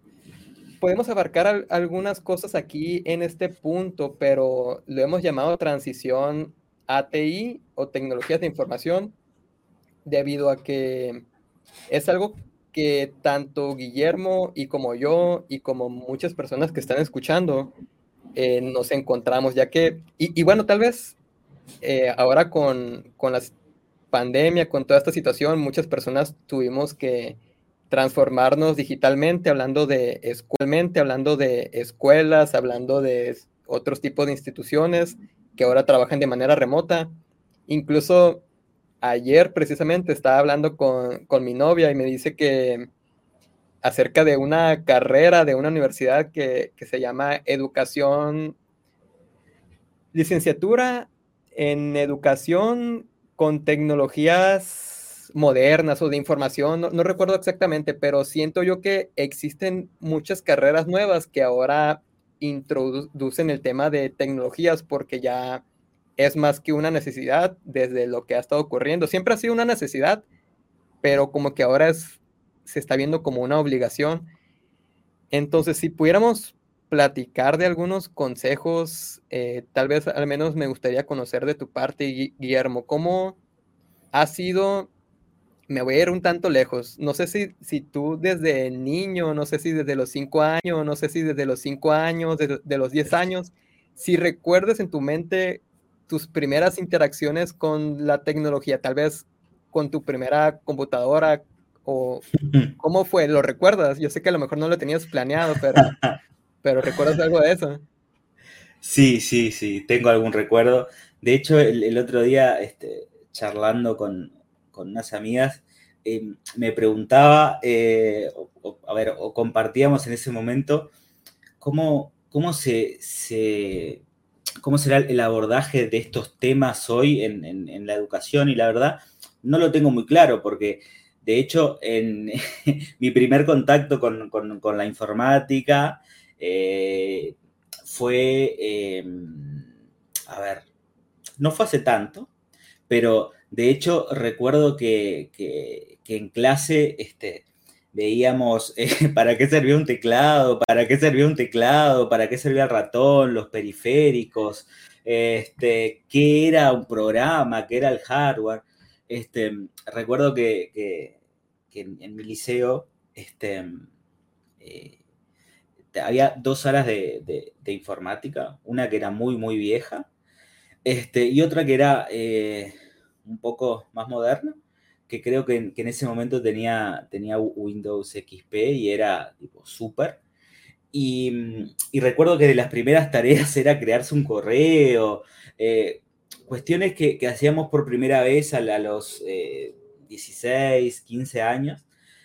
podemos abarcar al, algunas cosas aquí en este punto, pero lo hemos llamado transición A T I o tecnologías de información, debido a que es algo que tanto Guillermo y como yo y como muchas personas que están escuchando eh, nos encontramos, ya que, y, y bueno, tal vez eh, ahora con, con la pandemia, con toda esta situación, muchas personas tuvimos que transformarnos digitalmente, hablando de escuelmente, hablando de escuelas, hablando de otros tipos de instituciones que ahora trabajan de manera remota. Incluso ayer precisamente estaba hablando con, con mi novia y me dice que acerca de una carrera de una universidad que, que se llama Educación licenciatura en educación con tecnologías modernas o de información, no, no recuerdo exactamente, pero siento yo que existen muchas carreras nuevas que ahora introducen el tema de tecnologías porque ya es más que una necesidad desde lo que ha estado ocurriendo. Siempre ha sido una necesidad, pero como que ahora es, se está viendo como una obligación. Entonces, si pudiéramos platicar de algunos consejos, eh, tal vez al menos me gustaría conocer de tu parte, Gui- Guillermo, ¿cómo ha sido? Me voy a ir un tanto lejos. No sé si, si tú desde niño, no sé si desde los cinco años, no sé si desde los cinco años, de, de los diez años, si recuerdes en tu mente tus primeras interacciones con la tecnología, tal vez con tu primera computadora o cómo fue, ¿lo recuerdas? Yo sé que a lo mejor no lo tenías planeado, pero, pero ¿recuerdas algo de eso? Sí, sí, sí, tengo algún recuerdo. De hecho, el, el otro día, este, charlando con, con unas amigas, eh, me preguntaba, eh, o, o, a ver, o compartíamos en ese momento cómo, cómo, se, se, cómo será el abordaje de estos temas hoy en, en, en la educación, y la verdad no lo tengo muy claro porque, de hecho, en mi primer contacto con, con, con la informática eh, fue, eh, a ver, no fue hace tanto, pero de hecho recuerdo que, que, que en clase este, veíamos eh, para qué servía un teclado, para qué servía un teclado, para qué servía el ratón, los periféricos, este, qué era un programa, qué era el hardware. Este, recuerdo que, que, que en, en, mi liceo este, eh, había dos salas de, de, de, informática, una que era muy, muy vieja, este, y otra que era eh, un poco más moderna, que creo que en, que en ese momento tenía, tenía Windows X P y era tipo súper. Y, y recuerdo que de las primeras tareas era crearse un correo, eh, cuestiones que, que, hacíamos por primera vez a, a los eh, dieciséis, quince años,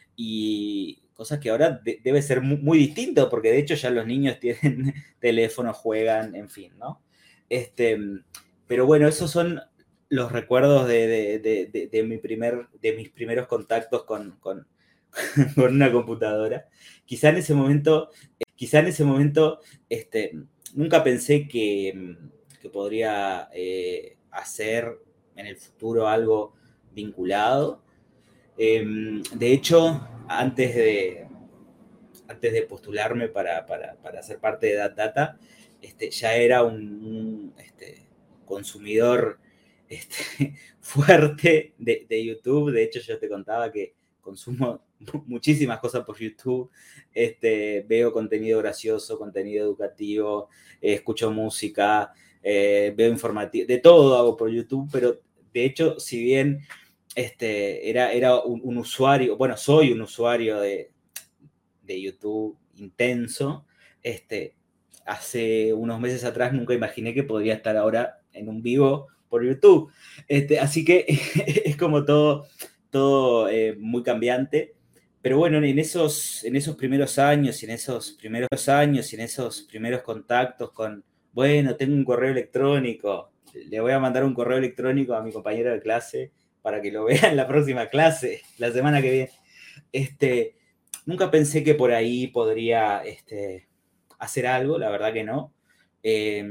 y cosas que ahora de, debe ser muy, muy distinto, porque de hecho ya los niños tienen teléfono, juegan, en fin, ¿no? Este, pero bueno, esos son los recuerdos de, de, de, de, de mi primer, de mis primeros contactos con, con, con una computadora. Quizá en ese momento, quizá en ese momento este, nunca pensé que, que podría eh, hacer en el futuro algo vinculado. Eh, de hecho, antes de, antes de postularme para, para, para ser parte de Data, este, ya era un, un este, consumidor este, fuerte de, de YouTube. De hecho, yo te contaba que consumo muchísimas cosas por YouTube. Este, veo contenido gracioso, contenido educativo, eh, escucho música, eh, veo informativo, de todo hago por YouTube, pero de hecho, si bien este, era, era un, un usuario, bueno, soy un usuario de, de YouTube intenso, este, hace unos meses atrás nunca imaginé que podría estar ahora en un vivo por YouTube. Este, así que es como todo, todo eh, muy cambiante. Pero bueno, en esos, en esos primeros años y en esos primeros años y en esos primeros contactos con, bueno, tengo un correo electrónico, le voy a mandar un correo electrónico a mi compañero de clase para que lo vea en la próxima clase, la semana que viene. Este, nunca pensé que por ahí podría este, hacer algo, la verdad que no. Eh,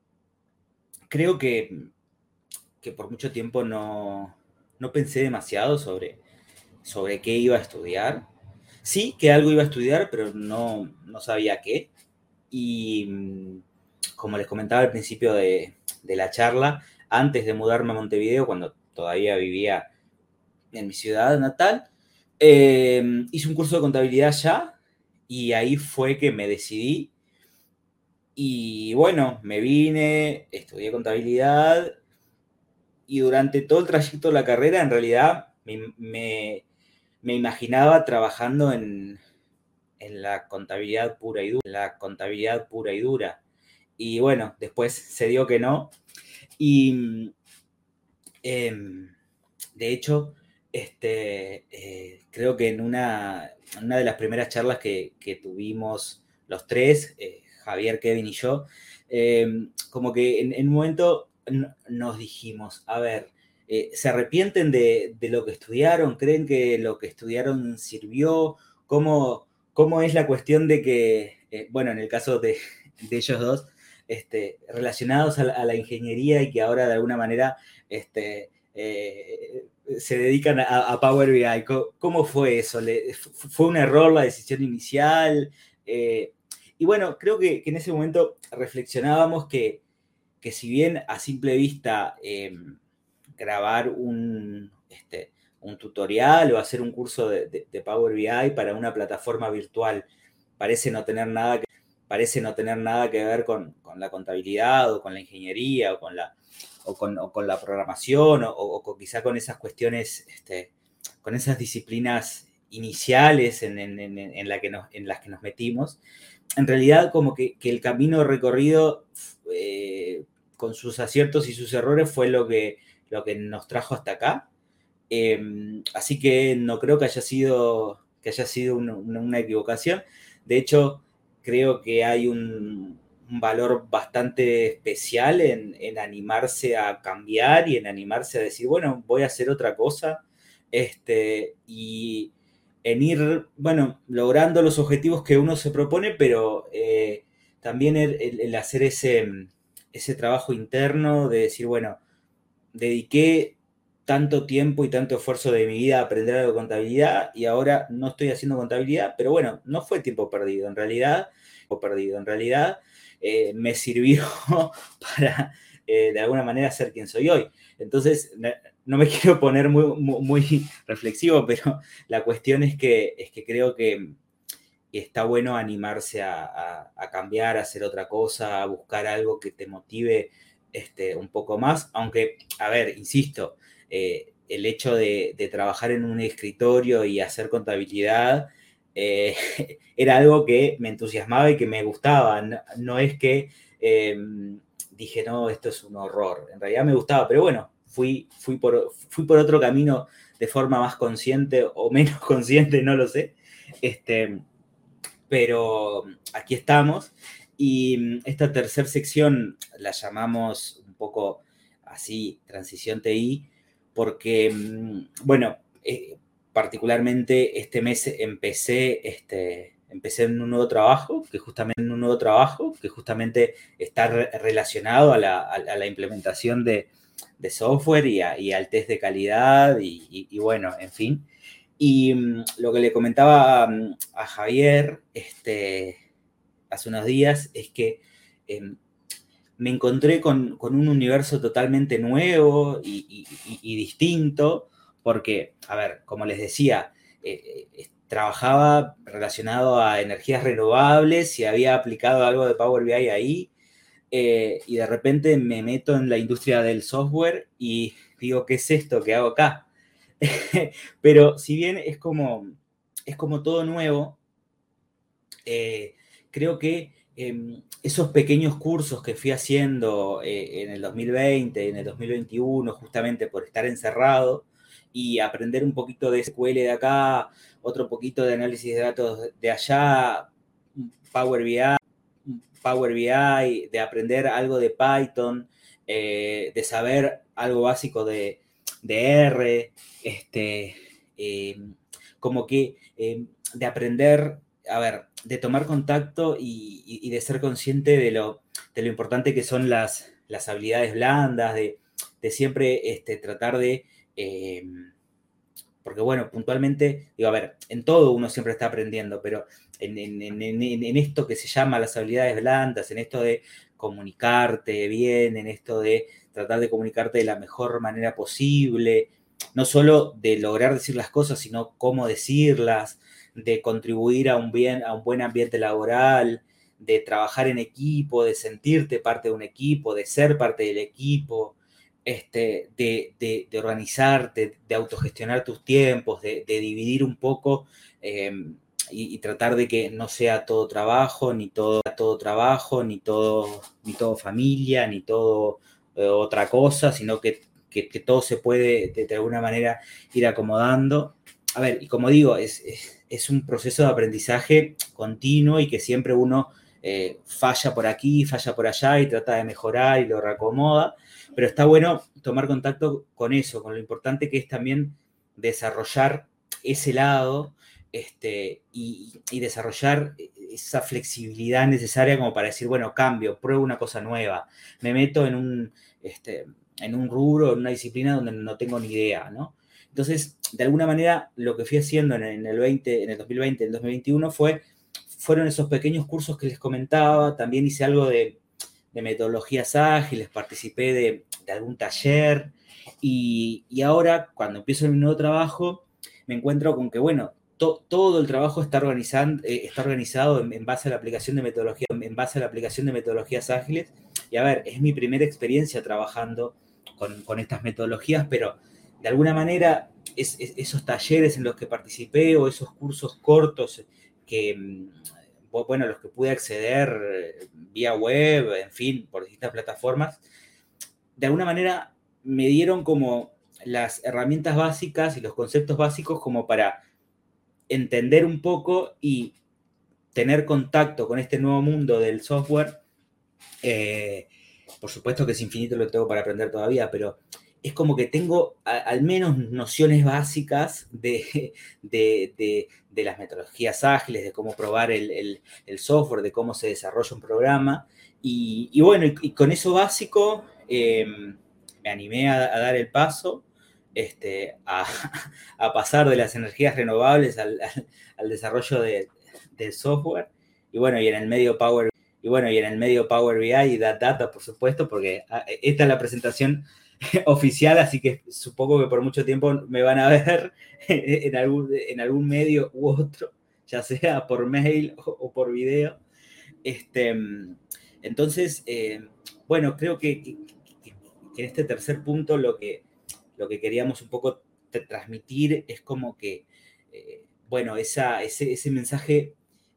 creo que, que, por mucho tiempo no, no pensé demasiado sobre, sobre qué iba a estudiar. Sí, que algo iba a estudiar, pero no, no sabía qué. Y como les comentaba al principio de, de la charla, antes de mudarme a Montevideo, cuando todavía vivía en mi ciudad natal, eh, hice un curso de contabilidad ya, y ahí fue que me decidí. Y bueno, me vine, estudié contabilidad, y durante todo el trayecto de la carrera, en realidad, me, me, me imaginaba trabajando en, en la contabilidad pura y dura, la contabilidad pura y dura. Y bueno, después se dio que no. Y eh, de hecho, este, eh, creo que en una, en una de las primeras charlas que, que tuvimos los tres, eh, Javier, Kevin y yo, eh, como que en, en un momento nos dijimos, a ver, eh, ¿se arrepienten de, de lo que estudiaron? ¿Creen que lo que estudiaron sirvió? ¿Cómo, cómo es la cuestión de que, eh, bueno, en el caso de, de ellos dos, este, relacionados a la, a la ingeniería y que ahora de alguna manera este, eh, se dedican a, a Power B I? ¿Cómo fue eso? ¿Le, ¿Fue un error la decisión inicial? Eh, y bueno, creo que, que en ese momento reflexionábamos que, que si bien a simple vista eh, grabar un, este, un tutorial o hacer un curso de, de, de Power B I para una plataforma virtual parece no tener nada que, parece no tener nada que ver con, con la contabilidad o con la ingeniería o con la, o con, o con la programación o, o, o quizá con esas cuestiones, este, con esas disciplinas iniciales en, en, en, en, la que nos, en las que nos metimos. En realidad, como que, que el camino recorrido eh, con sus aciertos y sus errores fue lo que, lo que nos trajo hasta acá. Eh, así que no creo que haya sido, que haya sido una, una equivocación. De hecho, creo que hay un, un valor bastante especial en, en animarse a cambiar y en animarse a decir, bueno, voy a hacer otra cosa. Este, y en ir, bueno, logrando los objetivos que uno se propone, pero eh, también el, el, el hacer ese, ese trabajo interno de decir, bueno, dediqué tanto tiempo y tanto esfuerzo de mi vida a aprender algo de contabilidad y ahora no estoy haciendo contabilidad, pero bueno, no fue tiempo perdido, en realidad, tiempo perdido, en realidad eh, me sirvió para eh, de alguna manera ser quien soy hoy. Entonces, no me quiero poner muy, muy, muy reflexivo, pero la cuestión es que, es que creo que está bueno animarse a, a, a cambiar, a hacer otra cosa, a buscar algo que te motive este, un poco más, aunque, a ver, insisto, eh, el hecho de, de trabajar en un escritorio y hacer contabilidad eh, era algo que me entusiasmaba y que me gustaba, no, no es que eh, dije, no, esto es un horror, en realidad me gustaba, pero bueno, fui, fui, por, fui por otro camino de forma más consciente o menos consciente, no lo sé, este, pero aquí estamos. Y esta tercera sección la llamamos un poco así, transición T I, porque, bueno, eh, particularmente este mes empecé, este, empecé en un nuevo trabajo, que justamente, en un nuevo trabajo, que justamente está re relacionado a la, a, a la implementación de, de software y, a, y, al test de calidad y, y, y bueno, en fin. Y um, lo que le comentaba um, a Javier este, hace unos días es que eh, me encontré con, con, un universo totalmente nuevo y, y, y, distinto, porque, a ver, como les decía, eh, eh, trabajaba relacionado a energías renovables y había aplicado algo de Power B I ahí, eh, y de repente me meto en la industria del software y digo, ¿qué es esto que hago acá? Pero si bien es como, es como todo nuevo, eh, creo que eh, esos pequeños cursos que fui haciendo eh, en el dos mil veinte, en el dos mil veintiuno, justamente por estar encerrado y aprender un poquito de S Q L de acá, otro poquito de análisis de datos de allá, Power B I, Power B I, de aprender algo de Python, eh, de saber algo básico de, de R, este, eh, como que eh, de aprender, a ver, de tomar contacto y, y, y de ser consciente de lo, de lo importante que son las, las habilidades blandas, de, de siempre este, tratar de... Eh, porque bueno, puntualmente, digo, a ver, en todo uno siempre está aprendiendo, pero en, en, en, en esto que se llama las habilidades blandas, en esto de comunicarte bien, en esto de tratar de comunicarte de la mejor manera posible, no solo de lograr decir las cosas, sino cómo decirlas, de contribuir a un, bien, a un buen ambiente laboral, de trabajar en equipo, de sentirte parte de un equipo, de ser parte del equipo, este, de, de, de organizarte, de autogestionar tus tiempos, de, de dividir un poco eh, y, y tratar de que no sea todo trabajo, ni todo, todo trabajo, ni todo, ni todo familia, ni todo eh, otra cosa, sino que, que, que todo se puede de, de alguna manera ir acomodando. A ver, y como digo, es, es, es un proceso de aprendizaje continuo y que siempre uno eh, falla por aquí, falla por allá y trata de mejorar y lo reacomoda, pero está bueno tomar contacto con eso, con lo importante que es también desarrollar ese lado este, y, y desarrollar esa flexibilidad necesaria como para decir, bueno, cambio, pruebo una cosa nueva, me meto en un, este, en un rubro, en una disciplina donde no tengo ni idea, ¿no? Entonces, de alguna manera, lo que fui haciendo en el, veinte, en el dos mil veinte, en el dos mil veintiuno fue, fueron esos pequeños cursos que les comentaba, también hice algo de, de metodologías ágiles, participé de, de algún taller y, y ahora, cuando empiezo mi nuevo trabajo, me encuentro con que, bueno, to, todo el trabajo está, organizando, eh, está organizado en, en base a la aplicación de metodología, en base a la aplicación de metodologías ágiles. Y a ver, es mi primera experiencia trabajando con, con estas metodologías, pero de alguna manera es, es, esos talleres en los que participé o esos cursos cortos que, bueno, los que pude acceder vía web, en fin, por distintas plataformas, de alguna manera me dieron como las herramientas básicas y los conceptos básicos como para entender un poco y tener contacto con este nuevo mundo del software. Eh, por supuesto que es infinito lo que tengo para aprender todavía, pero es como que tengo a, al menos nociones básicas de, de, de, de las metodologías ágiles, de cómo probar el, el, el software, de cómo se desarrolla un programa. Y, y bueno, y, y con eso básico eh, me animé a, a dar el paso este, a, a pasar de las energías renovables al, al, al desarrollo de, del software. Y bueno, y en el medio Power Y bueno, y en el medio Power B I y Data, por supuesto, porque esta es la presentación oficial, así que supongo que por mucho tiempo me van a ver en algún, en algún medio u otro, ya sea por mail o, o por video. Este, entonces, eh, bueno, creo que, que, que en este tercer punto lo que, lo que queríamos un poco transmitir es como que, eh, bueno, esa, ese, ese mensaje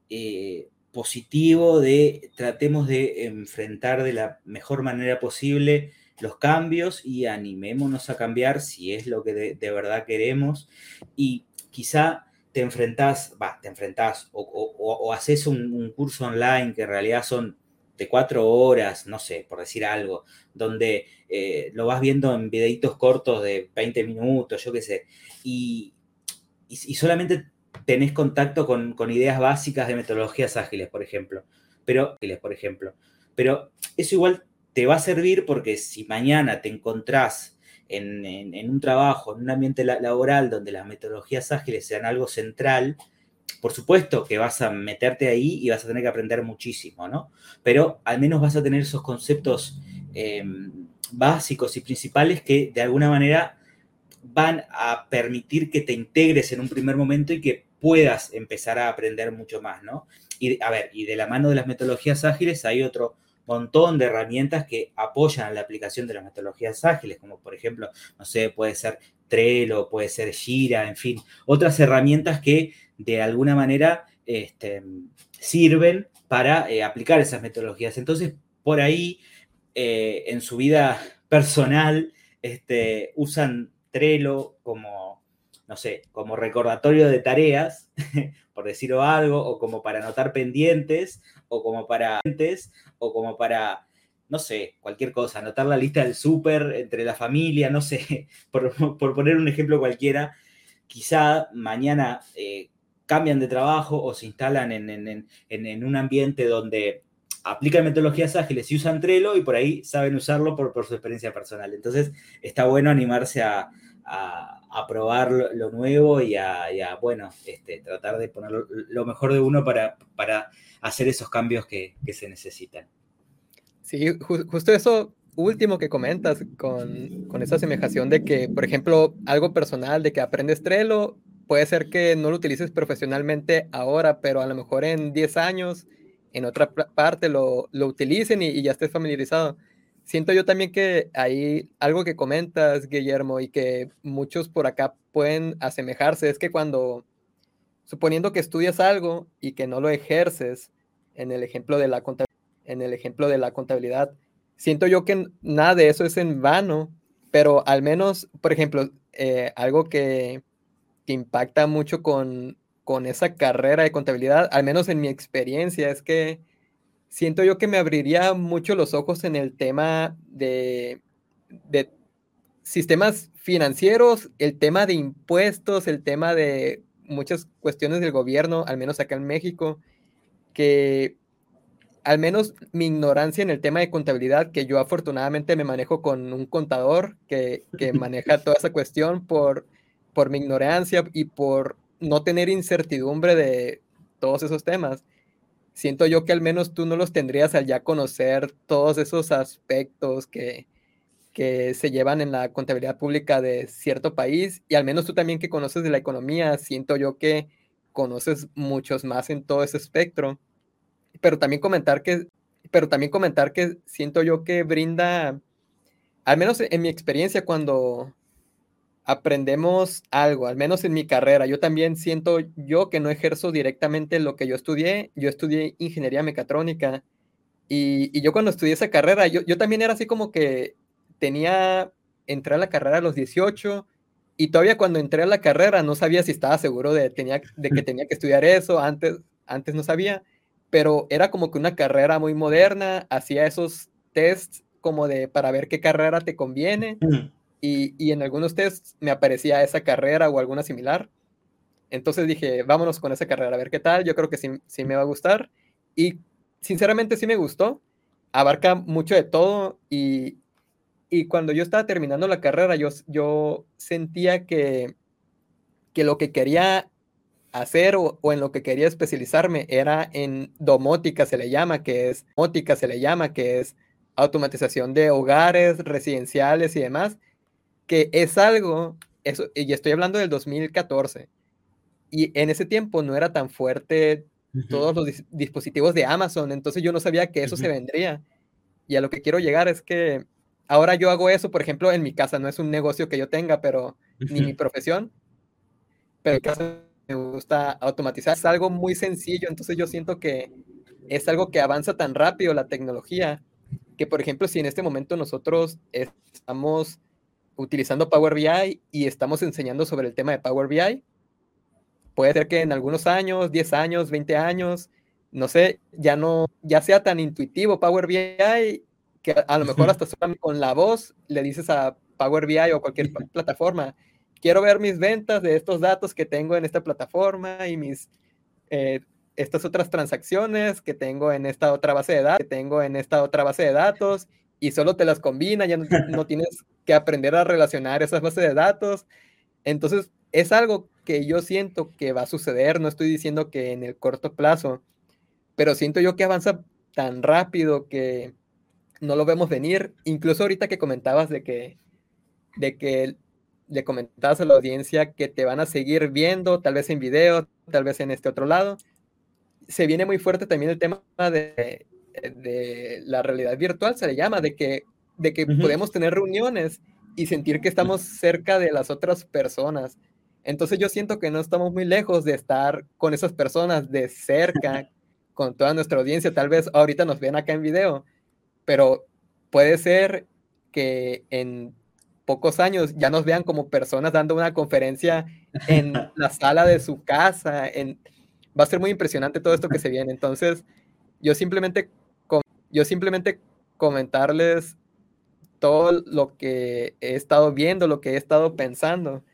eh, positivo de tratemos de enfrentar de la mejor manera posible los cambios y animémonos a cambiar si es lo que de, de verdad queremos. Y quizá te enfrentás, va, te enfrentás o, o, o haces un, un curso online que en realidad son de cuatro horas, no sé, por decir algo, donde eh, lo vas viendo en videitos cortos de veinte minutos, yo qué sé, y, y, y solamente tenés contacto con, con ideas básicas de metodologías ágiles, por ejemplo. Pero, por ejemplo. Pero eso igual te va a servir porque si mañana te encontrás en, en, en un trabajo, en un ambiente laboral donde las metodologías ágiles sean algo central, por supuesto que vas a meterte ahí y vas a tener que aprender muchísimo, ¿no? Pero al menos vas a tener esos conceptos eh, básicos y principales que de alguna manera van a permitir que te integres en un primer momento y que puedas empezar a aprender mucho más, ¿no? Y a ver, y de la mano de las metodologías ágiles hay otro montón de herramientas que apoyan la aplicación de las metodologías ágiles, como por ejemplo, no sé, puede ser Trello, puede ser Jira, en fin, otras herramientas que de alguna manera este, sirven para eh, aplicar esas metodologías. Entonces, por ahí, eh, en su vida personal, este, usan Trello como, no sé, como recordatorio de tareas, por decirlo algo, o como para anotar pendientes, o como para, o como para, no sé, cualquier cosa, anotar la lista del súper entre la familia, no sé, por, por poner un ejemplo cualquiera. Quizá mañana eh, cambian de trabajo o se instalan en, en, en, en un ambiente donde aplican metodologías ágiles y usan Trello y por ahí saben usarlo por, por su experiencia personal. Entonces, está bueno animarse a, a, a probar lo, lo nuevo y a, y a bueno, este, tratar de poner lo, lo mejor de uno para, para hacer esos cambios que, que se necesitan. Sí, ju justo eso último que comentas con, con esa asemejación de que, por ejemplo, algo personal de que aprendes Trello, puede ser que no lo utilices profesionalmente ahora, pero a lo mejor en diez años, en otra parte lo, lo utilicen y, y ya estés familiarizado. Siento yo también que hay algo que comentas, Guillermo, y que muchos por acá pueden asemejarse, es que cuando, suponiendo que estudias algo y que no lo ejerces, en el ejemplo de la contabilidad, en el ejemplo de la contabilidad, siento yo que nada de eso es en vano, pero al menos, por ejemplo, eh, algo que, que impacta mucho con, con esa carrera de contabilidad, al menos en mi experiencia, es que siento yo que me abriría mucho los ojos en el tema de, de sistemas financieros, el tema de impuestos, el tema de muchas cuestiones del gobierno, al menos acá en México, que al menos mi ignorancia en el tema de contabilidad, que yo afortunadamente me manejo con un contador que, que maneja toda esa cuestión por, por mi ignorancia y por no tener incertidumbre de todos esos temas. Siento yo que al menos tú no los tendrías al ya conocer todos esos aspectos que, que se llevan en la contabilidad pública de cierto país, y al menos tú también que conoces de la economía, siento yo que conoces muchos más en todo ese espectro. Pero también comentar que, pero también comentar que siento yo que brinda, al menos en mi experiencia, cuando aprendemos algo, al menos en mi carrera, yo también siento yo que no ejerzo directamente lo que yo estudié. Yo estudié ingeniería mecatrónica y, y yo cuando estudié esa carrera, yo, yo también era así como que tenía, entré a la carrera a los dieciocho y todavía cuando entré a la carrera no sabía si estaba seguro de, tenía, de que tenía que estudiar eso, antes, antes no sabía, pero era como que una carrera muy moderna, hacía esos tests como de para ver qué carrera te conviene y, y en algunos tests me aparecía esa carrera o alguna similar. Entonces dije, vámonos con esa carrera, a ver qué tal, yo creo que sí, sí me va a gustar. Y sinceramente sí me gustó, abarca mucho de todo y, y cuando yo estaba terminando la carrera, yo, yo sentía que, que lo que quería hacer o, o en lo que quería especializarme era en domótica, se le llama, que es, domótica se le llama, que es automatización de hogares, residenciales y demás, que es algo, eso, y estoy hablando del dos mil catorce, y en ese tiempo no era tan fuerte Ujú, todos los dis- dispositivos de Amazon, entonces yo no sabía que eso se ujú, vendría. Y a lo que quiero llegar es que ahora yo hago eso, por ejemplo, en mi casa, no es un negocio que yo tenga, pero ni mi ujú. profesión, pero en casa me gusta automatizar. Es algo muy sencillo, entonces yo siento que es algo que avanza tan rápido la tecnología, que por ejemplo, si en este momento nosotros estamos utilizando Power B I y estamos enseñando sobre el tema de Power B I, puede ser que en algunos años, diez años, veinte años, no sé, ya no, ya sea tan intuitivo Power B I que a, a lo mejor hasta solamente con la voz le dices a Power B I o cualquier pa- plataforma, quiero ver mis ventas de estos datos que tengo en esta plataforma y mis, eh, estas otras transacciones que tengo en esta otra base de datos, que tengo en esta otra base de datos, y solo te las combina, ya no, no tienes que aprender a relacionar esas bases de datos. Entonces, es algo que yo siento que va a suceder, no estoy diciendo que en el corto plazo, pero siento yo que avanza tan rápido que no lo vemos venir. Incluso ahorita que comentabas de que, de que le comentabas a la audiencia que te van a seguir viendo, tal vez en video, tal vez en este otro lado, se viene muy fuerte también el tema de, de la realidad virtual, se le llama, de que, de que Ujú. podemos tener reuniones y sentir que estamos cerca de las otras personas. Entonces yo siento que no estamos muy lejos de estar con esas personas de cerca, con toda nuestra audiencia. Tal vez ahorita nos ven acá en video, pero puede ser que en pocos años ya nos vean como personas dando una conferencia en la sala de su casa. En... Va a ser muy impresionante todo esto que se viene. Entonces, yo simplemente, com- yo simplemente comentarles todo lo que he estado viendo, lo que he estado pensando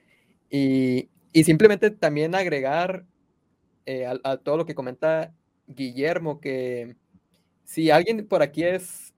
y, y simplemente también agregar eh, a, a todo lo que comenta Guillermo, que si alguien por aquí es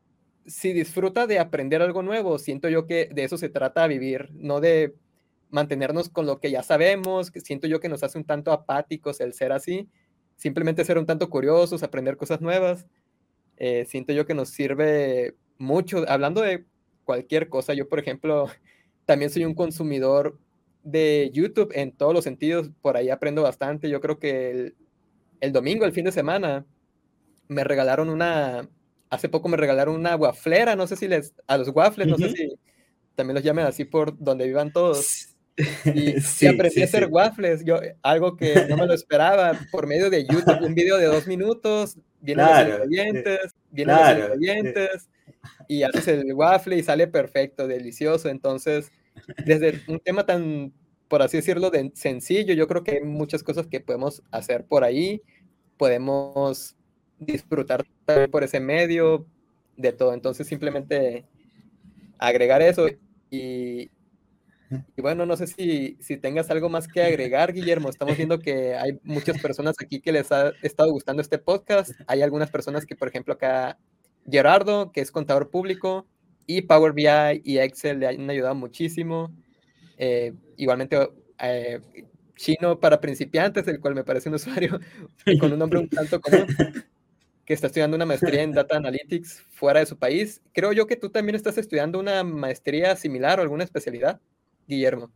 si disfruta de aprender algo nuevo, siento yo que de eso se trata vivir, no de mantenernos con lo que ya sabemos, que siento yo que nos hace un tanto apáticos el ser así, simplemente ser un tanto curiosos, aprender cosas nuevas. Eh, siento yo que nos sirve mucho, hablando de cualquier cosa. Yo, por ejemplo, también soy un consumidor de YouTube en todos los sentidos, por ahí aprendo bastante. Yo creo que el, el domingo, el fin de semana, me regalaron una, hace poco me regalaron una waflera, no sé si les, a los waffles, no sé Ujú. si también los llaman así por donde vivan todos. Y, y Sí, aprendí a sí, hacer sí. waffles, yo, algo que no me lo esperaba, por medio de YouTube, un video de dos minutos, vienen los Claro, eh, ingredientes, vienen los claro. eh, ingredientes, y haces el waffle y sale perfecto, delicioso. Entonces, desde un tema tan, por así decirlo, de sencillo, yo creo que hay muchas cosas que podemos hacer por ahí, podemos disfrutar también por ese medio, de todo. Entonces simplemente agregar eso y, y bueno, no sé si, si tengas algo más que agregar, Guillermo. Estamos viendo que hay muchas personas aquí que les ha estado gustando este podcast. Hay algunas personas que, por ejemplo, acá Gerardo, que es contador público, y Power B I y Excel le han ayudado muchísimo. Eh, igualmente, eh, Chino para principiantes, el cual me parece un usuario con un nombre un tanto común, que está estudiando una maestría en Data Analytics fuera de su país. Creo yo que tú también estás estudiando una maestría similar o alguna especialidad, Guillermo.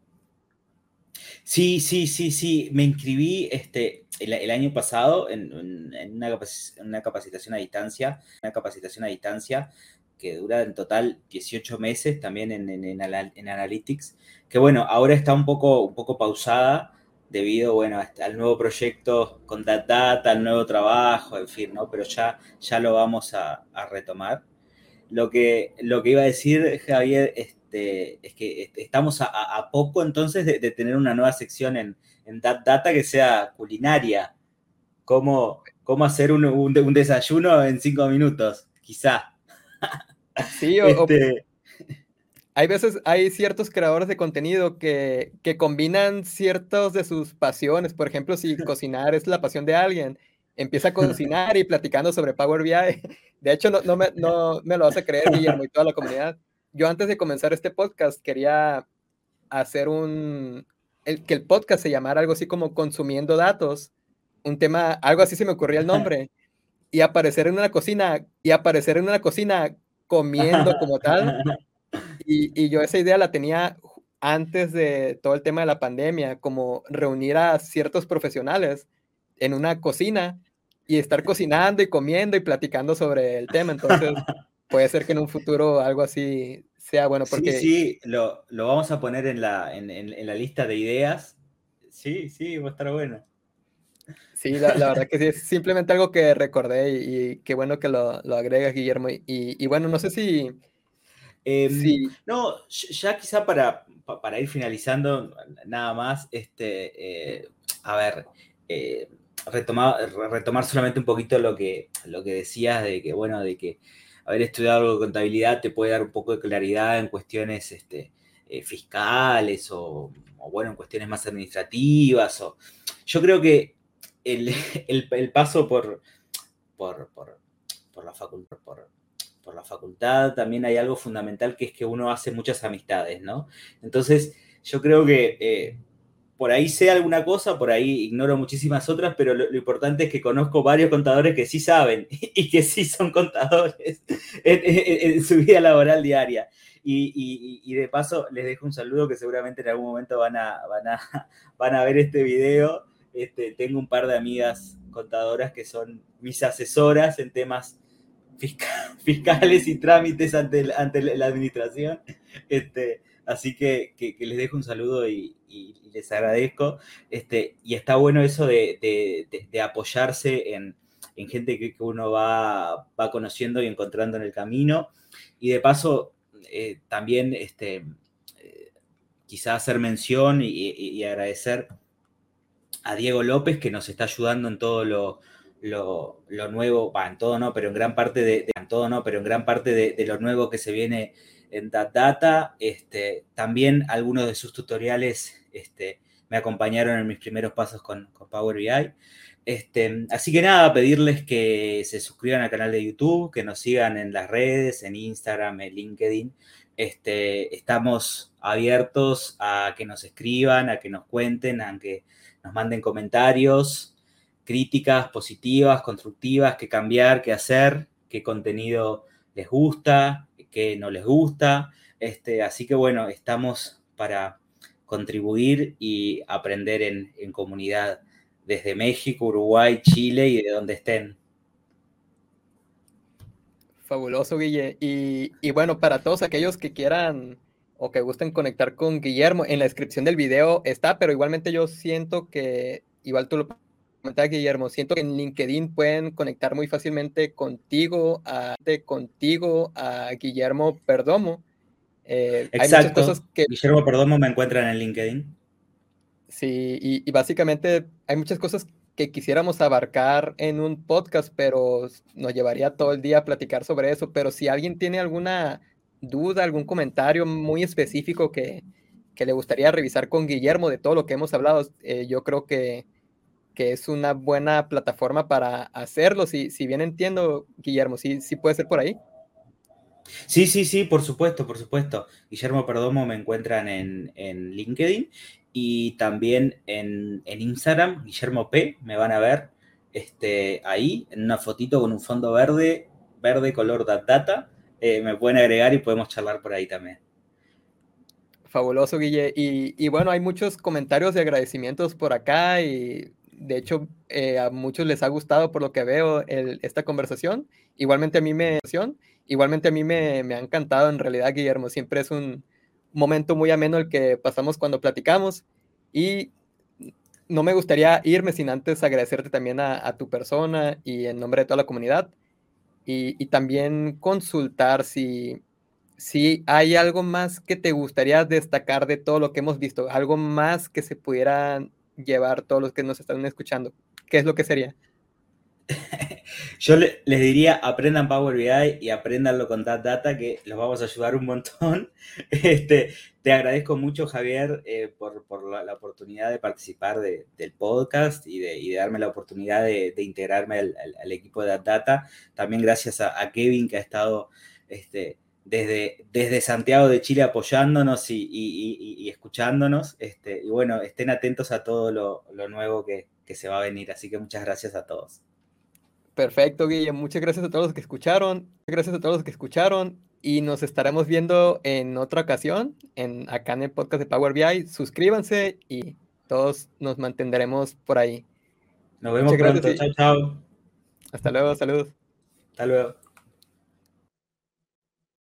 Sí, sí, sí, sí. Me inscribí este, el, el año pasado en, en- en una, capaci- en una capacitación a distancia, una capacitación a distancia que dura en total dieciocho meses también en, en, en ala- en Analytics, que bueno, ahora está un poco, un poco pausada debido, bueno, a este- al nuevo proyecto con Dat Data, al nuevo trabajo, en fin, ¿no? Pero ya, ya lo vamos a, a retomar. Lo que, lo que iba a decir, Javier, este, es que este, estamos a, a poco entonces de, de tener una nueva sección en, en Dat Data que sea culinaria. ¿Cómo, cómo hacer un, un, un desayuno en cinco minutos? Quizá. Sí, o, o Este, hay veces, hay ciertos creadores de contenido que, que combinan ciertos de sus pasiones. Por ejemplo, si cocinar es la pasión de alguien, empieza a cocinar y platicando sobre Power B I. De hecho, no, no me, no me lo hace creer, Guillermo, y toda la comunidad. Yo antes de comenzar este podcast quería hacer un, el, que el podcast se llamara algo así como Consumiendo Datos, un tema, algo así se me ocurría el nombre, y aparecer en una cocina, y aparecer en una cocina comiendo como tal. Y, y yo esa idea la tenía ju- antes de todo el tema de la pandemia, como reunir a ciertos profesionales en una cocina y estar cocinando y comiendo y platicando sobre el tema. Entonces, puede ser que en un futuro algo así sea bueno, sí, porque sí, lo, lo vamos a poner en la, en, en- en la lista de ideas. Sí, sí, va a estar bueno. sí, la, la verdad que sí, es simplemente algo que recordé y, y qué bueno que lo, lo agregas, Guillermo. Y, y bueno, no sé si, Eh, si, no, ya quizá para, para ir finalizando, nada más, este, eh, a ver, eh, retomar, retomar solamente un poquito lo que, lo que decías de que, bueno, de que haber estudiado algo de contabilidad te puede dar un poco de claridad en cuestiones este, eh, fiscales o, o, bueno, en cuestiones más administrativas. O, yo creo que el, el, el paso por, por, por, por la facultad, por, por la facultad también hay algo fundamental que es que uno hace muchas amistades, ¿no? Entonces, yo creo que eh, por ahí sé alguna cosa, por ahí ignoro muchísimas otras, pero lo, lo, importante es que conozco varios contadores que sí saben y que sí son contadores en, en, en su vida laboral diaria. Y, y, y, de paso les dejo un saludo que seguramente en algún momento van a, van a, van a ver este video. Este, tengo un par de amigas contadoras que son mis asesoras en temas fiscal, fiscales y trámites ante, el, ante la administración. Este, así que, que, que, les dejo un saludo y, y, y les agradezco. Este, y está bueno eso de, de, de, de apoyarse en, en gente que, que uno va, va, conociendo y encontrando en el camino. Y de paso, eh, también este, eh, quizá hacer mención y, y, y agradecer a Diego López, que nos está ayudando en todo lo, lo, lo nuevo, bah, en todo no, pero en gran parte de, de en todo no, pero en gran parte de, de, lo nuevo que se viene en Dat Data. Este, también algunos de sus tutoriales este, me acompañaron en mis primeros pasos con, con Power B I. Este, así que nada, pedirles que se suscriban al canal de YouTube, que nos sigan en las redes, en Instagram, en LinkedIn. Este, estamos abiertos a que nos escriban, a que nos cuenten, a que nos manden comentarios, críticas positivas, constructivas, qué cambiar, qué hacer, qué contenido les gusta, qué no les gusta. Este, así que bueno, estamos para contribuir y aprender en, en comunidad desde México, Uruguay, Chile y de donde estén. fabuloso, Guille. Y, y bueno, para todos aquellos que quieran o que gusten conectar con Guillermo, en la descripción del video está, pero igualmente yo siento que, igual tú lo comentabas, Guillermo, siento que en LinkedIn pueden conectar muy fácilmente contigo, a, contigo, a Guillermo Perdomo. Eh, hay muchas cosas Exacto. que, Guillermo Perdomo me encuentran en LinkedIn. sí, y, y básicamente hay muchas cosas que quisiéramos abarcar en un podcast, pero nos llevaría todo el día a platicar sobre eso. Pero si alguien tiene alguna duda, algún comentario muy específico que, que le gustaría revisar con Guillermo de todo lo que hemos hablado, eh, yo creo que, que es una buena plataforma para hacerlo. Si, si bien entiendo, Guillermo, sí, sí puede ser por ahí. Sí, sí, sí, por supuesto, por supuesto. Guillermo Perdomo me encuentran en, en LinkedIn y también en, en Instagram, Guillermo P, me van a ver este, ahí en una fotito con un fondo verde, verde color data, eh, me pueden agregar y podemos charlar por ahí también. Fabuloso, Guille. Y, y bueno, hay muchos comentarios de agradecimientos por acá y de hecho eh, a muchos les ha gustado por lo que veo el, esta conversación. Igualmente a mí me, igualmente a mí me, me ha encantado en realidad, Guillermo. Siempre es un momento muy ameno el que pasamos cuando platicamos y no me gustaría irme sin antes agradecerte también a, a tu persona y en nombre de toda la comunidad y, y también consultar si si hay algo más que te gustaría destacar de todo lo que hemos visto, algo más que se pudieran llevar todos los que nos están escuchando, ¿qué es lo que sería? Yo le, les diría, aprendan Power B I y aprendanlo con Dat Data, que los vamos a ayudar un montón. Este, te agradezco mucho, Javier, eh, por, por la, la, oportunidad de participar de, del podcast y de, y de, darme la oportunidad de, de integrarme al, al, al, equipo de Dat Data. También gracias a, a Kevin, que ha estado este, desde, desde Santiago de Chile apoyándonos y, y, y, y escuchándonos. Este, y bueno, estén atentos a todo lo, lo nuevo que, que se va a venir. Así que muchas gracias a todos. Perfecto, Guille. Muchas gracias a todos los que escucharon. Gracias a todos los que escucharon. Y nos estaremos viendo en otra ocasión, en, acá en el podcast de Power B I. Suscríbanse y todos nos mantendremos por ahí. Nos vemos Muchas gracias pronto. y Chao, chao. hasta luego. Saludos. Hasta luego.